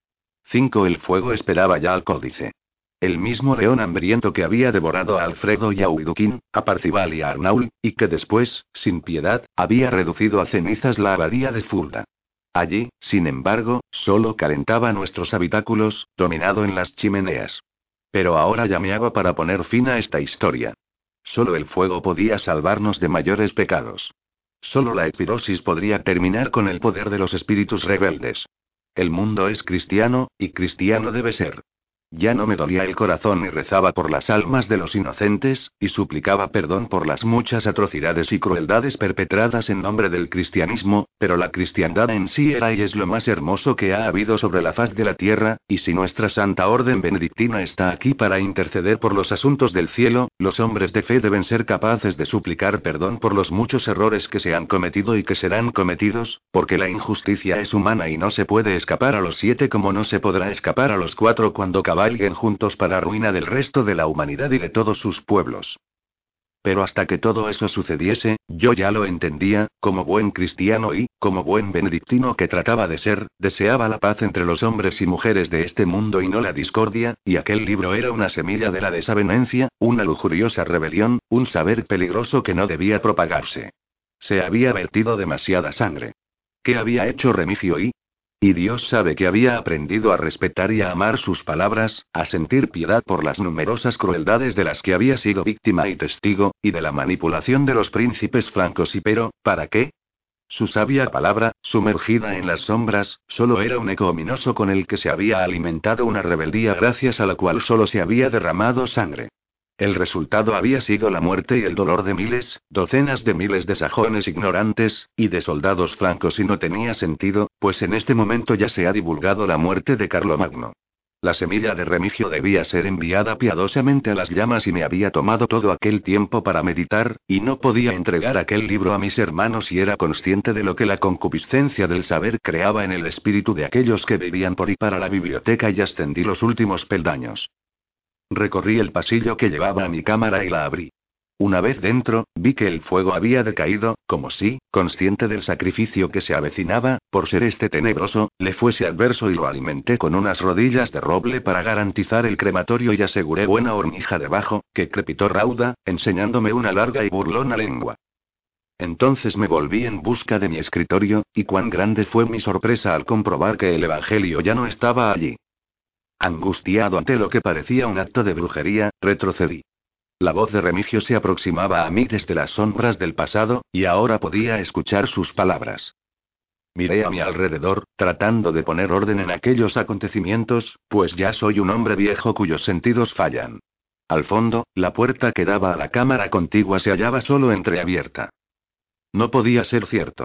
5. El fuego esperaba ya al códice. El mismo león hambriento que había devorado a Alfredo y a Uiduquín, a Parcival y a Arnaul, y que después, sin piedad, había reducido a cenizas la abadía de Fulda. Allí, sin embargo, solo calentaba nuestros habitáculos, dominado en las chimeneas. Pero ahora llameaba para poner fin a esta historia. Solo el fuego podía salvarnos de mayores pecados. Solo la epirosis podría terminar con el poder de los espíritus rebeldes. El mundo es cristiano, y cristiano debe ser. Ya no me dolía el corazón y rezaba por las almas de los inocentes, y suplicaba perdón por las muchas atrocidades y crueldades perpetradas en nombre del cristianismo, pero la cristiandad en sí era y es lo más hermoso que ha habido sobre la faz de la tierra, y si nuestra Santa Orden Benedictina está aquí para interceder por los asuntos del cielo, los hombres de fe deben ser capaces de suplicar perdón por los muchos errores que se han cometido y que serán cometidos, porque la injusticia es humana y no se puede escapar a los 7 como no se podrá escapar a los 4 cuando cabalguen juntos para ruina del resto de la humanidad y de todos sus pueblos. Pero hasta que todo eso sucediese, yo ya lo entendía, como buen cristiano y, como buen benedictino que trataba de ser, deseaba la paz entre los hombres y mujeres de este mundo y no la discordia, y aquel libro era una semilla de la desavenencia, una lujuriosa rebelión, un saber peligroso que no debía propagarse. Se había vertido demasiada sangre. ¿Qué había hecho Remigio y Dios sabe que había aprendido a respetar y a amar sus palabras, a sentir piedad por las numerosas crueldades de las que había sido víctima y testigo, y de la manipulación de los príncipes francos pero, ¿para qué? Su sabia palabra, sumergida en las sombras, solo era un eco ominoso con el que se había alimentado una rebeldía gracias a la cual solo se había derramado sangre. El resultado había sido la muerte y el dolor de miles, docenas de miles de sajones ignorantes, y de soldados francos y no tenía sentido, pues en este momento ya se ha divulgado la muerte de Carlomagno. La semilla de Remigio debía ser enviada piadosamente a las llamas y me había tomado todo aquel tiempo para meditar, y no podía entregar aquel libro a mis hermanos y era consciente de lo que la concupiscencia del saber creaba en el espíritu de aquellos que vivían por y para la biblioteca y ascendí los últimos peldaños. Recorrí el pasillo que llevaba a mi cámara y la abrí. Una vez dentro, vi que el fuego había decaído, como si, consciente del sacrificio que se avecinaba, por ser este tenebroso, le fuese adverso y lo alimenté con unas rodillas de roble para garantizar el crematorio y aseguré buena hornija debajo, que crepitó rauda, enseñándome una larga y burlona lengua. Entonces me volví en busca de mi escritorio, y cuán grande fue mi sorpresa al comprobar que el Evangelio ya no estaba allí. Angustiado ante lo que parecía un acto de brujería, retrocedí. La voz de Remigio se aproximaba a mí desde las sombras del pasado, y ahora podía escuchar sus palabras. Miré a mi alrededor, tratando de poner orden en aquellos acontecimientos, pues ya soy un hombre viejo cuyos sentidos fallan. Al fondo, la puerta que daba a la cámara contigua se hallaba solo entreabierta. No podía ser cierto.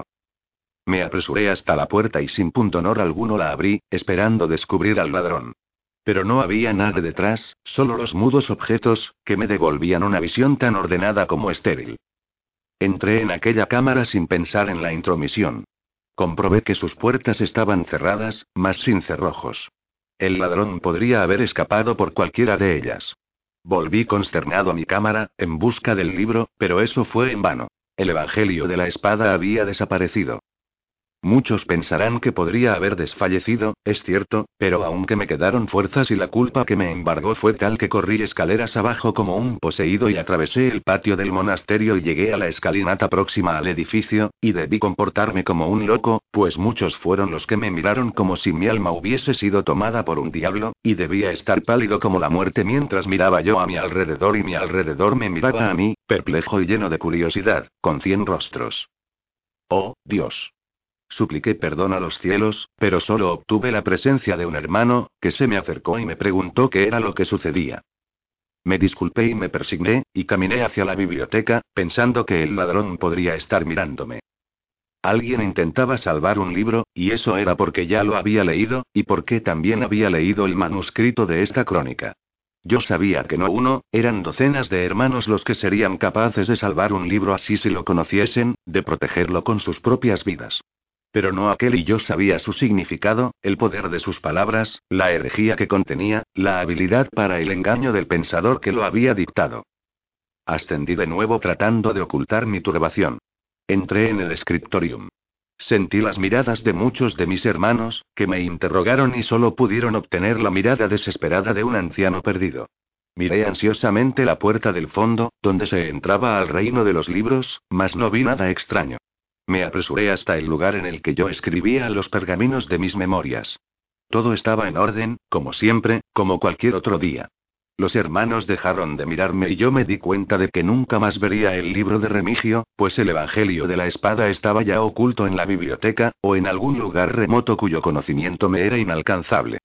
Me apresuré hasta la puerta y sin pundonor alguno la abrí, esperando descubrir al ladrón. Pero no había nada detrás, solo los mudos objetos, que me devolvían una visión tan ordenada como estéril. Entré en aquella cámara sin pensar en la intromisión. Comprobé que sus puertas estaban cerradas, mas sin cerrojos. El ladrón podría haber escapado por cualquiera de ellas. Volví consternado a mi cámara, en busca del libro, pero eso fue en vano. El Evangelio de la Espada había desaparecido. Muchos pensarán que podría haber desfallecido, es cierto, pero aunque me quedaron fuerzas y la culpa que me embargó fue tal que corrí escaleras abajo como un poseído y atravesé el patio del monasterio y llegué a la escalinata próxima al edificio, y debí comportarme como un loco, pues muchos fueron los que me miraron como si mi alma hubiese sido tomada por un diablo, y debía estar pálido como la muerte mientras miraba yo a mi alrededor y mi alrededor me miraba a mí, perplejo y lleno de curiosidad, con 100 rostros. ¡Oh, Dios! Supliqué perdón a los cielos, pero solo obtuve la presencia de un hermano, que se me acercó y me preguntó qué era lo que sucedía. Me disculpé y me persigné, y caminé hacia la biblioteca, pensando que el ladrón podría estar mirándome. Alguien intentaba salvar un libro, y eso era porque ya lo había leído, y porque también había leído el manuscrito de esta crónica. Yo sabía que no uno, eran docenas de hermanos los que serían capaces de salvar un libro así si lo conociesen, de protegerlo con sus propias vidas. Pero no aquel, y yo sabía su significado, el poder de sus palabras, la herejía que contenía, la habilidad para el engaño del pensador que lo había dictado. Ascendí de nuevo tratando de ocultar mi turbación. Entré en el scriptorium. Sentí las miradas de muchos de mis hermanos, que me interrogaron y solo pudieron obtener la mirada desesperada de un anciano perdido. Miré ansiosamente la puerta del fondo, donde se entraba al reino de los libros, mas no vi nada extraño. Me apresuré hasta el lugar en el que yo escribía los pergaminos de mis memorias. Todo estaba en orden, como siempre, como cualquier otro día. Los hermanos dejaron de mirarme y yo me di cuenta de que nunca más vería el libro de Remigio, pues el Evangelio de la Espada estaba ya oculto en la biblioteca, o en algún lugar remoto cuyo conocimiento me era inalcanzable.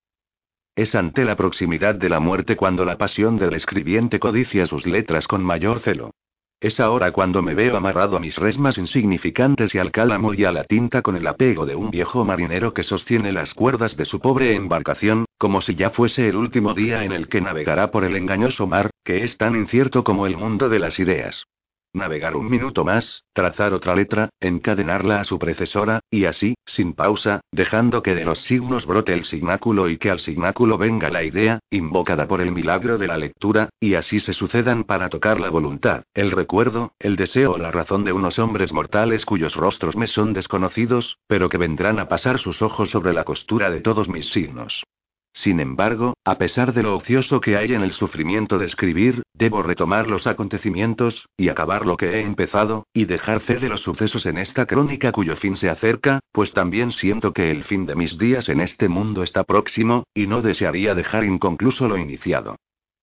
Es ante la proximidad de la muerte cuando la pasión del escribiente codicia sus letras con mayor celo. Es ahora cuando me veo amarrado a mis resmas insignificantes y al cálamo y a la tinta con el apego de un viejo marinero que sostiene las cuerdas de su pobre embarcación, como si ya fuese el último día en el que navegará por el engañoso mar, que es tan incierto como el mundo de las ideas. Navegar un minuto más, trazar otra letra, encadenarla a su predecesora, y así, sin pausa, dejando que de los signos brote el signáculo y que al signáculo venga la idea, invocada por el milagro de la lectura, y así se sucedan para tocar la voluntad, el recuerdo, el deseo o la razón de unos hombres mortales cuyos rostros me son desconocidos, pero que vendrán a pasar sus ojos sobre la costura de todos mis signos. Sin embargo, a pesar de lo ocioso que hay en el sufrimiento de escribir, debo retomar los acontecimientos, y acabar lo que he empezado, y dejar fe de los sucesos en esta crónica cuyo fin se acerca, pues también siento que el fin de mis días en este mundo está próximo, y no desearía dejar inconcluso lo iniciado.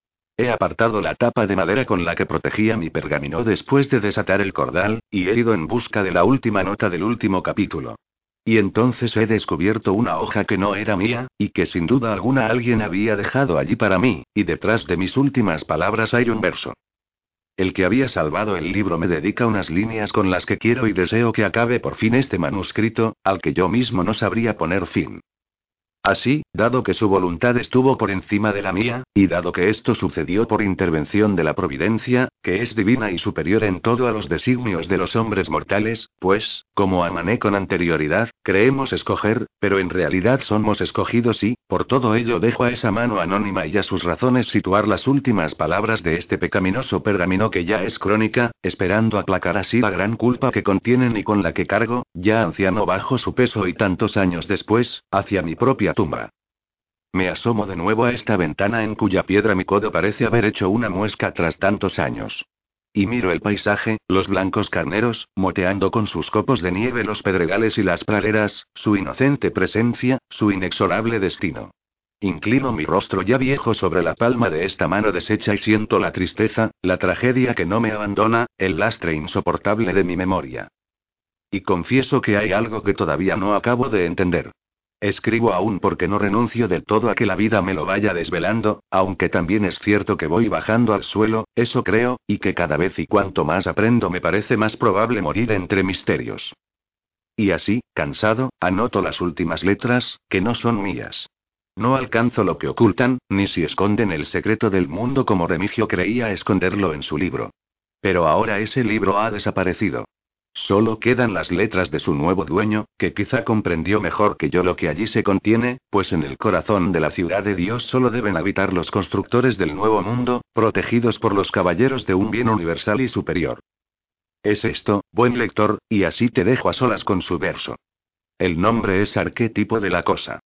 He apartado la tapa de madera con la que protegía mi pergamino después de desatar el cordal, y he ido en busca de la última nota del último capítulo. Y entonces he descubierto una hoja que no era mía, y que sin duda alguna alguien había dejado allí para mí, y detrás de mis últimas palabras hay un verso. El que había salvado el libro me dedica unas líneas con las que quiero y deseo que acabe por fin este manuscrito, al que yo mismo no sabría poner fin. Así, dado que su voluntad estuvo por encima de la mía, y dado que esto sucedió por intervención de la providencia, que es divina y superior en todo a los designios de los hombres mortales, pues, como amané con anterioridad, creemos escoger, pero en realidad somos escogidos y, por todo ello dejo a esa mano anónima y a sus razones situar las últimas palabras de este pecaminoso pergamino que ya es crónica, esperando aplacar así la gran culpa que contienen y con la que cargo, ya anciano bajo su peso y tantos años después, hacia mi propia tumba. Me asomo de nuevo a esta ventana en cuya piedra mi codo parece haber hecho una muesca tras tantos años. Y miro el paisaje, los blancos carneros, moteando con sus copos de nieve los pedregales y las praderas, su inocente presencia, su inexorable destino. Inclino mi rostro ya viejo sobre la palma de esta mano deshecha y siento la tristeza, la tragedia que no me abandona, el lastre insoportable de mi memoria. Y confieso que hay algo que todavía no acabo de entender. Escribo aún porque no renuncio del todo a que la vida me lo vaya desvelando, aunque también es cierto que voy bajando al suelo, eso creo, y que cada vez y cuanto más aprendo me parece más probable morir entre misterios. Y así, cansado, anoto las últimas letras, que no son mías. No alcanzo lo que ocultan, ni si esconden el secreto del mundo como Remigio creía esconderlo en su libro. Pero ahora ese libro ha desaparecido. Solo quedan las letras de su nuevo dueño, que quizá comprendió mejor que yo lo que allí se contiene, pues en el corazón de la ciudad de Dios solo deben habitar los constructores del nuevo mundo, protegidos por los caballeros de un bien universal y superior. Es esto, buen lector, y así te dejo a solas con su verso. El nombre es arquetipo de la cosa.